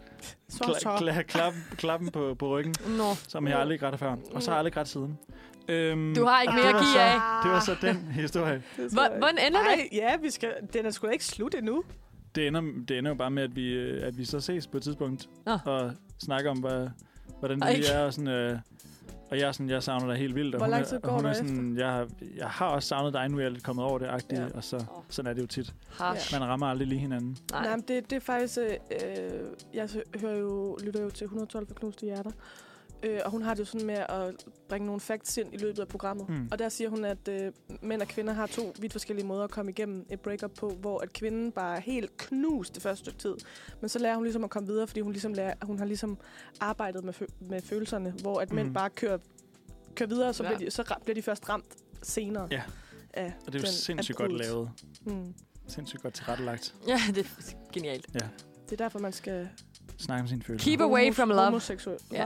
klappen på ryggen, som jeg aldrig grædt før. Og så har jeg aldrig grædt siden. Du har ikke mere at give af. Det var så den historie. Hvordan ender det? Ja, den er sgu da ikke slut endnu. Det ender jo bare med, at vi så ses på et tidspunkt. Og snakker om, hvordan det lige er. Og, sådan, og jeg savner dig helt vildt. Hvor lang tid går der sådan, jeg har også savnet dig, nu er jeg lidt kommet over det-agtigt. Ja. Og sådan er det jo tit. Man rammer aldrig lige hinanden. Nej, men det er faktisk... jeg lytter jo til 112 for knuste hjerter. Og hun har det jo sådan med at bringe nogle facts ind i løbet af programmet. Og der siger hun, at mænd og kvinder har 2 vidt forskellige måder at komme igennem et breakup på, hvor at kvinden bare er helt knust det første stykke tid. Men så lærer hun ligesom at komme videre, fordi hun har ligesom arbejdet med følelserne, hvor at mænd bare kører videre, så bliver de først ramt senere. Ja, og det er jo sindssygt godt lavet. Sindssygt godt tilrettelagt. Ja, det er genialt. Ja. Det er derfor, man skal... snakke om sine følelser. Keep away from love. Homoseksuel. Ja.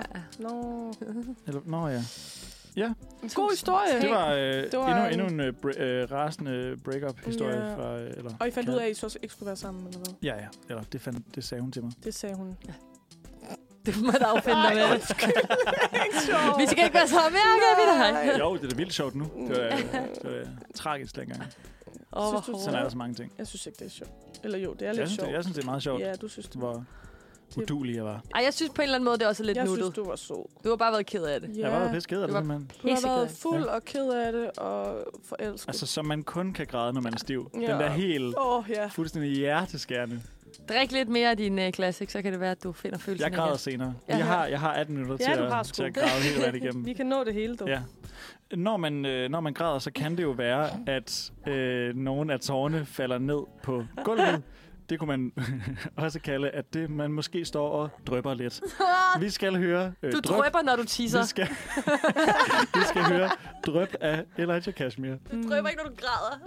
Nå. Ja. Ja. God historie. Det var endnu en rasende break-up-historie. Fra, og I fandt ud af, at I så ikke skulle være sammen, eller hvad? Ja. Eller det sagde hun til mig. Det sagde hun. Ja. Det må man affinde dig med. Vi skal ikke være sammen mere. Jo, det er da vildt sjovt nu. Det var tragisk dengang. Sådan er der så mange ting. Jeg synes ikke, det er sjovt. Eller jo, det er lidt sjovt. Jeg synes, det er meget sjovt. Ja, du synes det. Hvor udulig jeg var. Ej, jeg synes på en eller anden måde, det er også lidt nuttet. Jeg synes, du var sød. Du har bare været ked af det. Ja. Jeg var pisse ked af det, simpelthen. Du har været fuld og ked af det og forelsket. Altså, som man kun kan græde, når man er stiv. Den der helt fuldstændig hjerteskærende. Drik lidt mere af din classic, så kan det være, at du finder følelsen. Jeg græder senere. Jeg har 18 minutter til at græde hele vejen igennem. Vi kan nå det hele, du. Ja. Når man græder, så kan det jo være, at nogle af tårerne falder ned på gulvet. Det kunne man også kalde, at det man måske står og drypper lidt. Vi skal høre du drypper, når du tisser. Vi skal høre Dryp af Elijah Cashmere. Du drypper ikke, når du græder.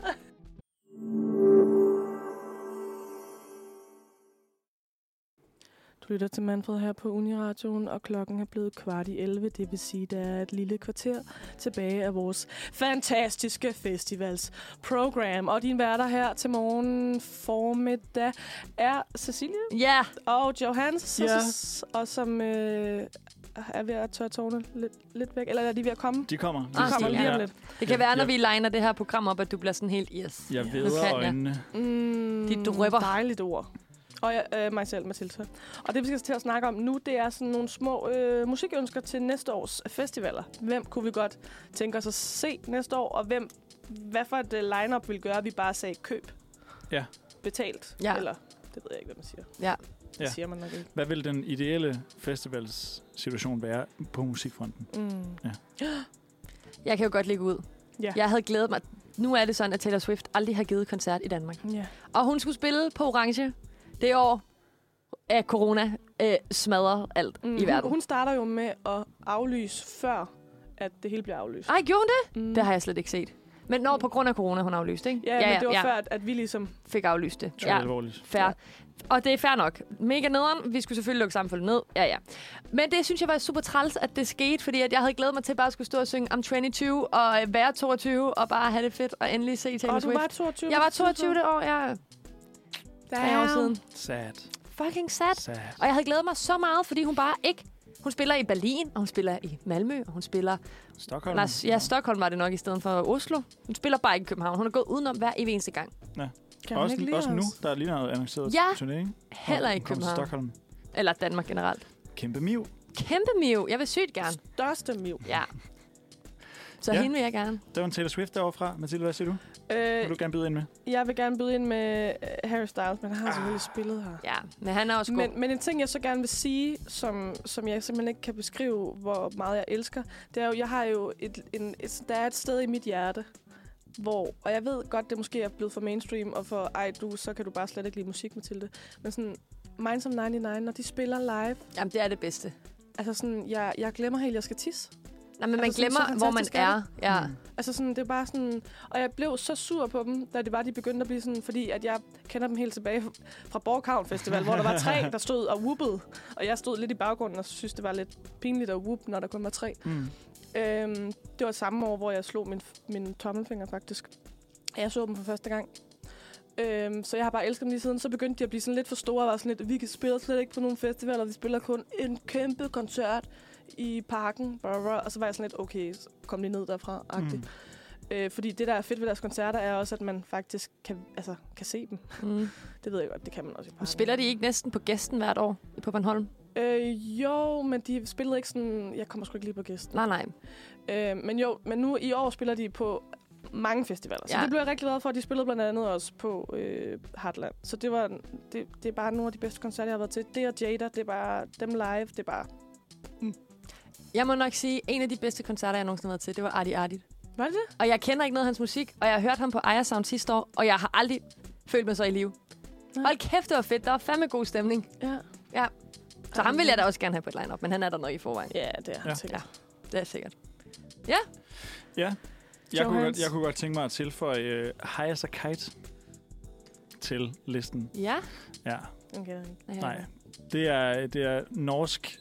Du lytter til Manfred her på Uniradioen, og klokken er blevet 11:15. Det vil sige, der er et lille kvarter tilbage af vores fantastiske festivalsprogram. Og din værter her til morgen formiddag er Cecilie og Johannes, og som er ved at tørre tårne lidt væk. Eller er de ved at komme? De kommer. De kommer lige om lidt. Det kan være, når vi liner det her program op, at du bliver sådan helt Jeg veder øjnene. De drypper. Dejligt ord. Og mig selv, Mathilde. Og det, vi skal til at snakke om nu, det er sådan nogle små musikønsker til næste års festivaler. Hvem kunne vi godt tænke os at se næste år, og hvad for et line-up vil gøre, at vi bare sagde køb? Ja. Betalt? Ja. Eller, det ved jeg ikke, hvad man siger. Ja. Det siger man nok ikke. Hvad vil den ideelle festivalssituation være på musikfronten? Ja. Jeg kan jo godt lægge ud. Ja. Jeg havde glædet mig. Nu er det sådan, at Taylor Swift aldrig har givet koncert i Danmark. Ja. Og hun skulle spille på Orange. Det år af corona smadrer alt i verden. Hun starter jo med at aflyse, før at det hele bliver aflyst. Ej, gjorde hun det? Det har jeg slet ikke set. Men når på grund af corona, hun aflyste, ikke? Ja, men det var før, at vi ligesom fik aflyst det. Ja, alvorligt. Fair. Ja. Og det er fair nok. Mega nederen. Vi skulle selvfølgelig lukke samfundet ned. Ja. Men det synes jeg var super træls, at det skete, fordi at jeg havde glædet mig til bare at skulle stå og synge I'm 22 og være 22 og bare have det fedt og endelig se Taylor Swift. Og du var 22? Jeg var 22 det år, ja. 3 år siden. Sad. Fucking sad. Og jeg havde glædet mig så meget, fordi hun bare ikke... Hun spiller i Berlin, og hun spiller i Malmø, og hun spiller... Stockholm. Stockholm var det nok i stedet for Oslo. Hun spiller bare ikke i København. Hun er gået udenom hver eneste gang. Ja. Også nu, der er lige noget annonceret turné, ikke? Heller ikke København. Stockholm. Eller Danmark generelt. Kæmpe miv. Kæmpe miv. Jeg vil sygt gerne. Største miv. Ja. Så hende vil jeg gerne. Der var en Taylor Swift derovre fra. Mathilde, hvad siger du? Vil du gerne byde ind med? Jeg vil gerne byde ind med Harry Styles, men han har selvfølgelig spillet her. Ja, men han er også god. Men en ting, jeg så gerne vil sige, som jeg simpelthen ikke kan beskrive, hvor meget jeg elsker, det er jo, jeg har jo der er et sted i mit hjerte, og jeg ved godt, det måske er blevet for mainstream, og for, så kan du bare slet ikke lide musik, Mathilde. Men sådan, Minds of 99, når de spiller live... Jamen, det er det bedste. Altså sådan, jeg glemmer helt, jeg skal tisse. Nej, men man glemmer, hvor man er. Ja. Altså sådan, det er bare sådan... Og jeg blev så sur på dem, da de begyndte at blive sådan... Fordi at jeg kender dem helt tilbage fra Borghavn Festival, hvor der var 3, der stod og whoopede. Og jeg stod lidt i baggrunden og synes, det var lidt pinligt at whoop, når der kun var 3. Det var samme år, hvor jeg slog min tommelfinger faktisk. Jeg så dem for første gang. Så jeg har bare elsket dem lige siden. Så begyndte de at blive sådan lidt for store og var sådan lidt... Vi kan spille slet ikke på nogen festivaler. Vi spiller kun en kæmpe koncert i parken, og så var jeg sådan lidt, okay, kom lige ned derfra-agtigt. Fordi det, der er fedt ved deres koncerter, er også, at man faktisk kan se dem. Det ved jeg godt, det kan man også i parken. Spiller de ikke næsten på Gæsten hvert år på Bornholm? Jo, men de spillede ikke sådan... Jeg kommer sgu ikke lige på Gæsten. Nej. Men nu i år spiller de på mange festivaler. Så det blev jeg rigtig glad for, at de spillede blandt andet også på Heartland. Så det er bare nogle af de bedste koncerter, jeg har været til. Det og Jada, det er bare dem live, det er bare... Jeg må nok sige, en af de bedste koncerter, jeg nogensinde har været til, det var Artie Artie. Var det det? Og jeg kender ikke noget af hans musik, og jeg har hørt ham på Aya Sound sidste år, og jeg har aldrig følt mig så i live. Hold kæft, det var fedt. Der var fandme god stemning. Ja. Så ham vil jeg da også gerne have på et line-up, men han er der nok i forvejen. Ja, det er han sikkert. Ja, det er sikkert. Ja. Jeg kunne godt tænke mig at tilføje High as a Kite til listen. Ja? Ja. Okay. Nej. Det er norsk...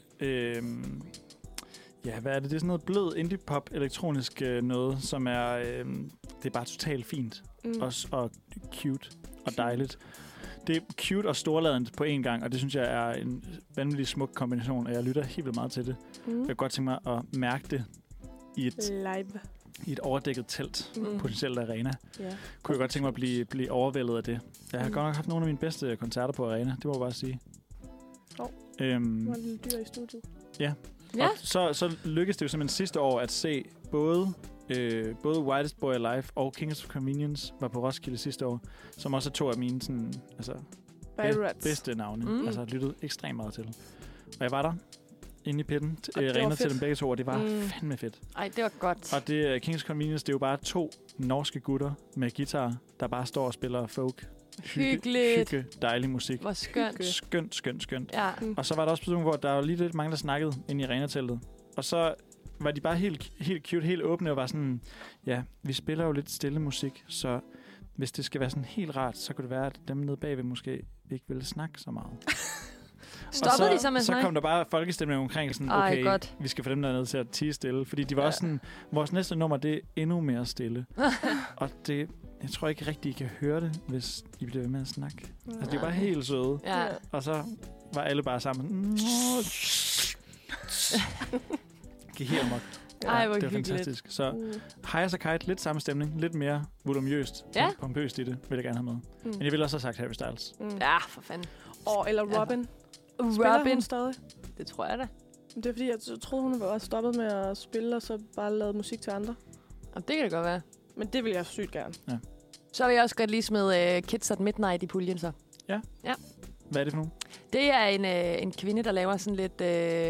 hvad er det? Det er sådan noget blød indie-pop, elektronisk noget, som er... det er bare totalt fint. Og cute og dejligt. Det er cute og storladent på én gang, og det synes jeg er en vanvittig smuk kombination, og jeg lytter helt vildt meget til det. Jeg kan godt tænke mig at mærke det i et overdækket telt, potentielt arena. Kunne jeg godt tænke mig at blive overvældet af det. Jeg har godt nok haft nogle af mine bedste koncerter på arena, det må jeg bare sige. Du var lidt dyr i studiet. Ja. Og så lykkedes det jo simpelthen sidste år at se både Whitest Boy Alive og Kings of Convenience var på Roskilde sidste år, som også er 2 af mine sådan, bedste navne. Altså lyttede ekstremt meget til. Og jeg var der inde i pitten, arena til dem begge 2, og det var fandme fedt. Ej, det var godt. Og det Kings of Convenience, det er jo bare 2 norske gutter med guitar, der bare står og spiller folk. Hygge, dejlig musik. Hvor skønt. Skønt. Ja. Og så var der også på hvor der var lige lidt mange, der snakkede inde i arenateltet. Og så var de bare helt cute, helt åbne og var sådan, ja, vi spiller jo lidt stille musik, så hvis det skal være sådan helt rart, så kunne det være, at dem nede bagved måske ikke ville snakke så meget. Stoppede de så med så kom der bare folkestemning omkring sådan, okay, godt. Vi skal få dem dernede til at tie stille. Fordi de var også sådan, vores næste nummer, det er endnu mere stille. Og det, jeg tror ikke rigtig, I kan høre det, hvis I bliver ved med at snakke. Altså, de var bare helt søde. Ja. Og så var alle bare sammen. Gik helt amok. Ej, hvor det var hyggeligt. fantastisk. Så High as a Kite, lidt samme stemning, lidt mere volumøst, pompøst i det, vil jeg gerne have med. Men jeg ville også have sagt Harry Styles. Ja, for fanden. Eller Robin. Robin hun stadig? Det tror jeg da. Det er fordi, jeg troede, hun var stoppet med at spille, og så bare lavet musik til andre. Og det kan det godt være. Men det vil jeg sygt gerne. Ja. Så vil jeg også godt lige smide Kids at Midnight i puljen så. Ja. Hvad er det for nogen? Det er en kvinde, der laver sådan lidt...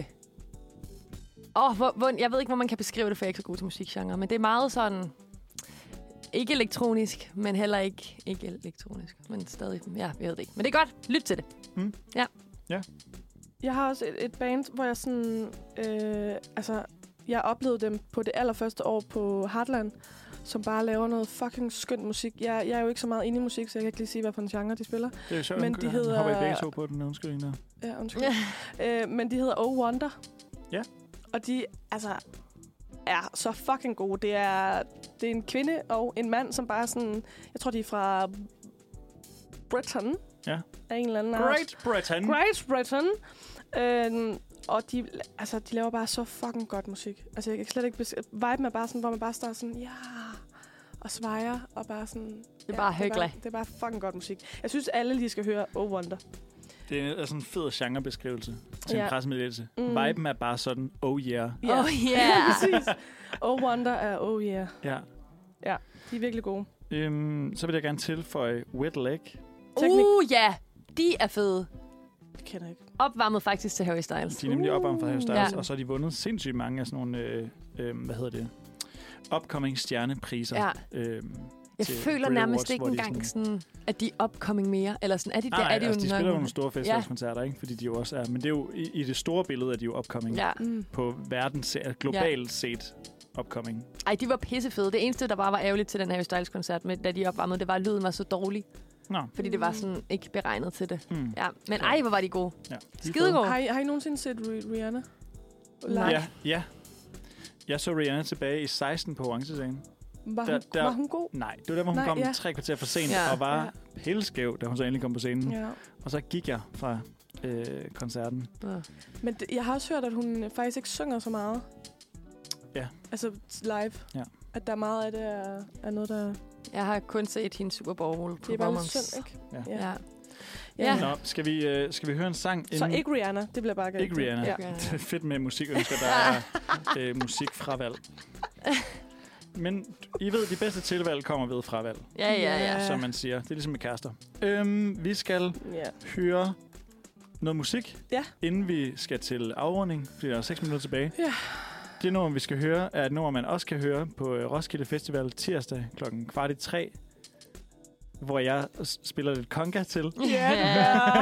jeg ved ikke, hvor man kan beskrive det, for jeg er ikke så god til musikgenre, men det er meget sådan... Ikke elektronisk, men heller ikke elektronisk. Men stadig, jeg ved det ikke. Men det er godt. Lyt til det. Ja. Jeg har også et band, hvor jeg sådan... jeg oplevede dem på det allerførste år på Heartland, som bare laver noget fucking skønt musik. Jeg er jo ikke så meget inde i musik, så jeg kan ikke lige sige, hvad for en genre de spiller. Det er jo sjovt, men de hedder... Hopper I begge to på den undskyldning der? Ja, undskyld. Men de hedder Oh Wonder. Ja. Og de er så fucking gode. Det er en kvinde og en mand, som bare sådan... Jeg tror, de er fra Britain. Ja. Af en eller anden Great Britain. Og de laver bare så fucking godt musik. Altså, jeg kan slet ikke... Viben er bare sådan, hvor man bare står sådan, ja... og svejer, og bare sådan... Det er bare hyggeligt. Det er bare fucking godt musik. Jeg synes, alle lige skal høre Oh Wonder. Det er sådan en fed genrebeskrivelse til en Ja. pressemeddelelse. Viben er bare sådan, oh yeah. Ja. Oh yeah. Præcis. Oh Wonder er oh yeah. Ja. De er virkelig gode. Så vil jeg gerne tilføje Wet Leg. Ja. De er fede. Det kender jeg ikke. Opvarmet faktisk til Harry Styles. De er nemlig opvarmet fra Harry Styles, Ja. og så har de vundet sindssygt mange af sådan nogle, upcoming stjernepriser. Ja. Jeg til føler Brit nærmest Awards, ikke hvor de engang sådan, at de er upcoming mere. Eller sådan, er de der? Nej, Er de, altså, jo de nok- spiller jo nogle store festivalskoncerter, ikke? Fordi de jo også er... Men det er jo, i det store billede er de jo upcoming. Ja. På globalt set upcoming. Ej, de var pissefede. Det eneste, der bare var ærgerligt til den Harry Styles-koncert, da de opvarmede, det var, at lyden var så dårlig. Nå. Fordi det var sådan ikke beregnet til det. Mm. Ja. Men ej, hvor var de gode. Ja. Skidegode. Har I nogensinde set Rihanna? Nej. Ja. Jeg så Rihanna tilbage i 16 på Orange-scenen. Var hun god? Nej, det var der, hvor hun kom 3 kvarter for sent og var pilleskæv, da hun så endelig kom på scenen. Ja. Og så gik jeg fra koncerten. Ja. Men jeg har også hørt, at hun faktisk ikke synger så meget. Ja. Altså live. Ja. At der meget af det er noget, der... Jeg har kun set hendes Super Bowl Det er bare lidt performance. synd, ikke? Ja. Ja. Ja. Nå, skal vi høre en sang? Så ikke Rihanna, det bliver bare galt. Ikke Rihanna. Ja. Det er fedt med musikønsker, der er musikfravalg. Men I ved, de bedste tilvalg kommer ved fravalg, Ja. som man siger. Det er ligesom med kærester. Vi skal Ja. høre noget musik, Ja. inden vi skal til afrunding, fordi der er 6 minutter tilbage. Ja. Det nummer, vi skal høre, er et nummer, man også kan høre på Roskilde Festival tirsdag kl. 14:45, hvor jeg spiller lidt conga til. Ja.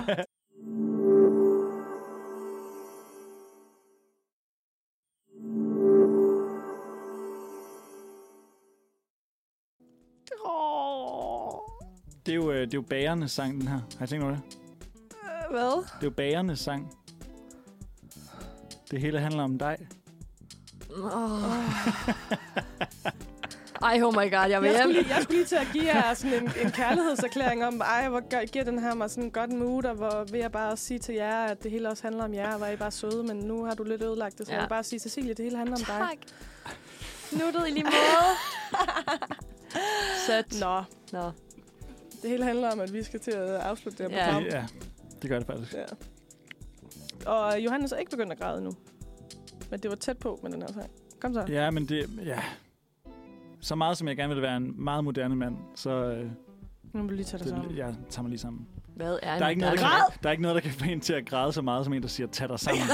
Det er jo bagernes sang, den her. Har I tænkt over det? Hvad? Det er jo bagernes sang. Det hele handler om dig. Ej, oh my god, jeg vil hjem. Jeg skulle lige til at give jer sådan en kærlighedserklæring om, hvor giver den her mig sådan en godt mood, og hvor vil jeg bare sige til jer, at det hele også handler om jer, og hvor I bare søde, men nu har du lidt ødelagt det, så jeg vil bare sige, Cecilie, det hele handler om dig. Tak. Nuttet i lige måde. Sødt. Nå. Det hele handler om, at vi skal til at afslutte det her program. Ja, det gør det faktisk. Ja. Og Johannes er ikke begyndt at græde nu. Men det var tæt på med den her sang. Kom så. Ja, men det... Ja. Så meget, som jeg gerne vil være en meget moderne mand, så... Nu må du lige tage dig sammen. Jeg tager mig lige sammen. Hvad er Der er ikke noget, der kan få en til at græde så meget, som en, der siger, tag dig sammen.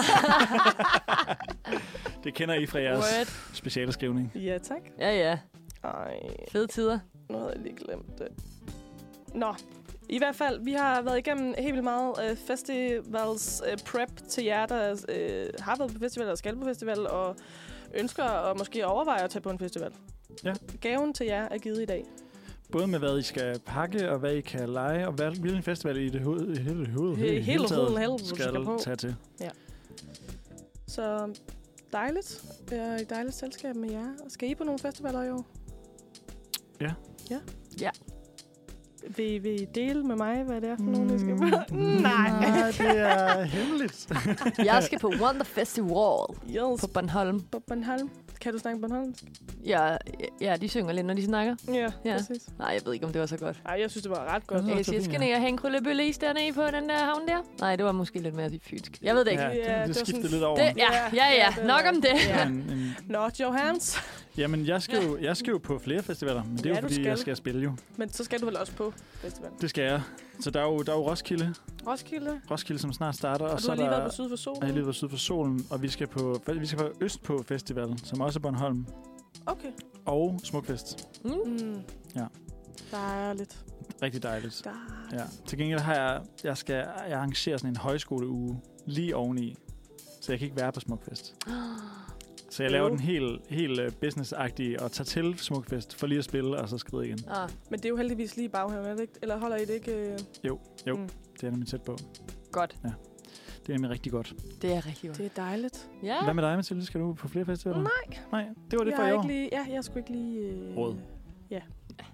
Det kender I fra jeres speciale skrivning. Ja, tak. Ja. Ej, Fede tider. nu havde jeg lige glemt det. Nå, i hvert fald, vi har været igennem helt vildt meget festivals prep til jer, der har været på festival og skal på festival, og ønsker og måske overvejer at tage på en festival. Ja. Gaven til jer er givet i dag. Både med, hvad I skal pakke, og hvad I kan lege, og hvilken festival I det Hele taget skal skal på. tage til. Ja. Så dejligt. Det er et dejligt selskab med jer. Skal I på nogle festivaler i år? Ja. Ja. Vil I dele med mig, hvad det er for nogle, I skal på? Nej. Det er hemmeligt. Jeg skal på Wonder Festival Yes. på Bornholm. På Bornholm. Kan du snakke Bornholmsk? Ja, de synger lidt, når de snakker. Ja, præcis. Nej, jeg ved ikke, om det var så godt. Ej, jeg synes, det var ret godt. Ja. Jeg kan sige, jeg skal ned og hænge krøllebølleis dernede på den der havn der. Nej, det var måske lidt mere fynsk. Jeg ved det ikke. Ja, Ja, det det var skiftede sådan- lidt over. Det, ja. det Nok var- om det. Ja. En Nå, Johans. Jamen, jeg skal jo på flere festivaler, men det er Ja, jo du fordi, skal. jeg skal spille jo. Men så skal du vel også på festival. Det skal jeg. Så der er jo Roskilde. Roskilde. Som snart starter. Og så du har lige der, været på Syd for Solen. Jeg har lige været Syd for Solen, og vi skal på Østpå Festival, som også er Bornholm. Okay. Og Smukfest. Ja. Dejligt. Rigtig dejligt. Dejligt. Ja. Til gengæld har jeg arrangerer sådan en højskoleuge lige oveni, så jeg kan ikke være på Smukfest. Så jeg laver den helt business-agtige og tager til Smukfest for lige at spille og så skride igen. Men det er jo heldigvis lige i baghaven, er det ikke? Eller holder I det ikke? Jo. Det er nemlig tæt på. Godt. Ja. Det er nemlig rigtig godt. Det er rigtig godt. Det er dejligt. Ja. Hvad med dig, Mathilde? Skal du på flere festivaler? Nej, det var det for i Jeg år. jeg skulle ikke lige... Råd.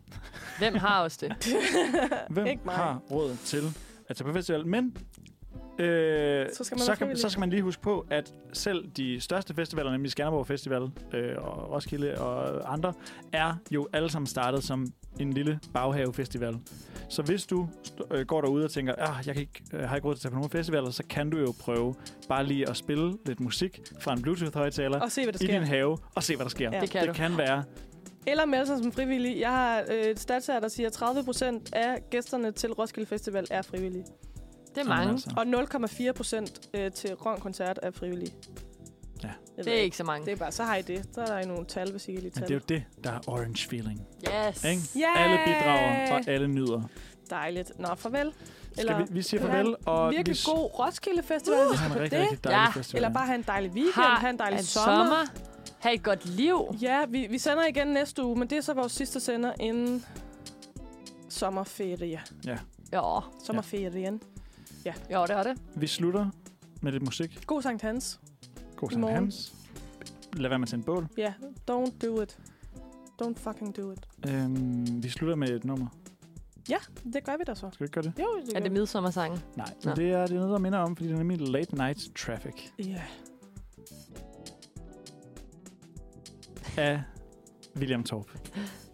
Hvem har også det? Hvem Ikke mig. har råd til at tage på festival? Men så skal man lige huske på, at selv de største festivaler, nemlig Skanderborg Festival og Roskilde og andre, er jo alle sammen startet som en lille baghavefestival. Så hvis du går derude og tænker, jeg har ikke råd til at tage på nogle festivaler, så kan du jo prøve bare lige at spille lidt musik fra en Bluetooth-højttaler i din have, og se, hvad der sker. Ja. Det kan være. Eller melde sig som frivillig. Jeg har et stats her, der siger, at 30% af gæsterne til Roskilde Festival er frivillige. Det er mange. Altså. Og 0,4% til Ron-koncert er frivillige. Ja. Det er ikke så mange. Det er bare, så har I det. Så er der nogle tal, hvis I kan lide tal. Men det er jo det, der er orange feeling. Yes. Alle bidrager, og alle nyder. Dejligt. Nå, farvel. Vi siger farvel. Og virkelig god Roskilde Festival. Det er en rigtig dejlig festival. Eller bare have en dejlig weekend, have en dejlig sommer. Ha' et godt liv. Ja, vi sender igen næste uge, men det er så vores sidste sender inden sommerferie. Ja. Sommerferien. Ja. Jo, det er det. Vi slutter med lidt musik. God Sankt Hans. God Sankt Hans. Lad være med at tænde bål. Ja, don't do it. Don't fucking do it. Vi slutter med et nummer. Ja, det gør vi da så. Skal vi ikke gøre det? Jo, det er det midsommersange? Nej, men det er noget, der minder om, fordi det er nemlig Late Night Traffic. Ja. Af William Torp.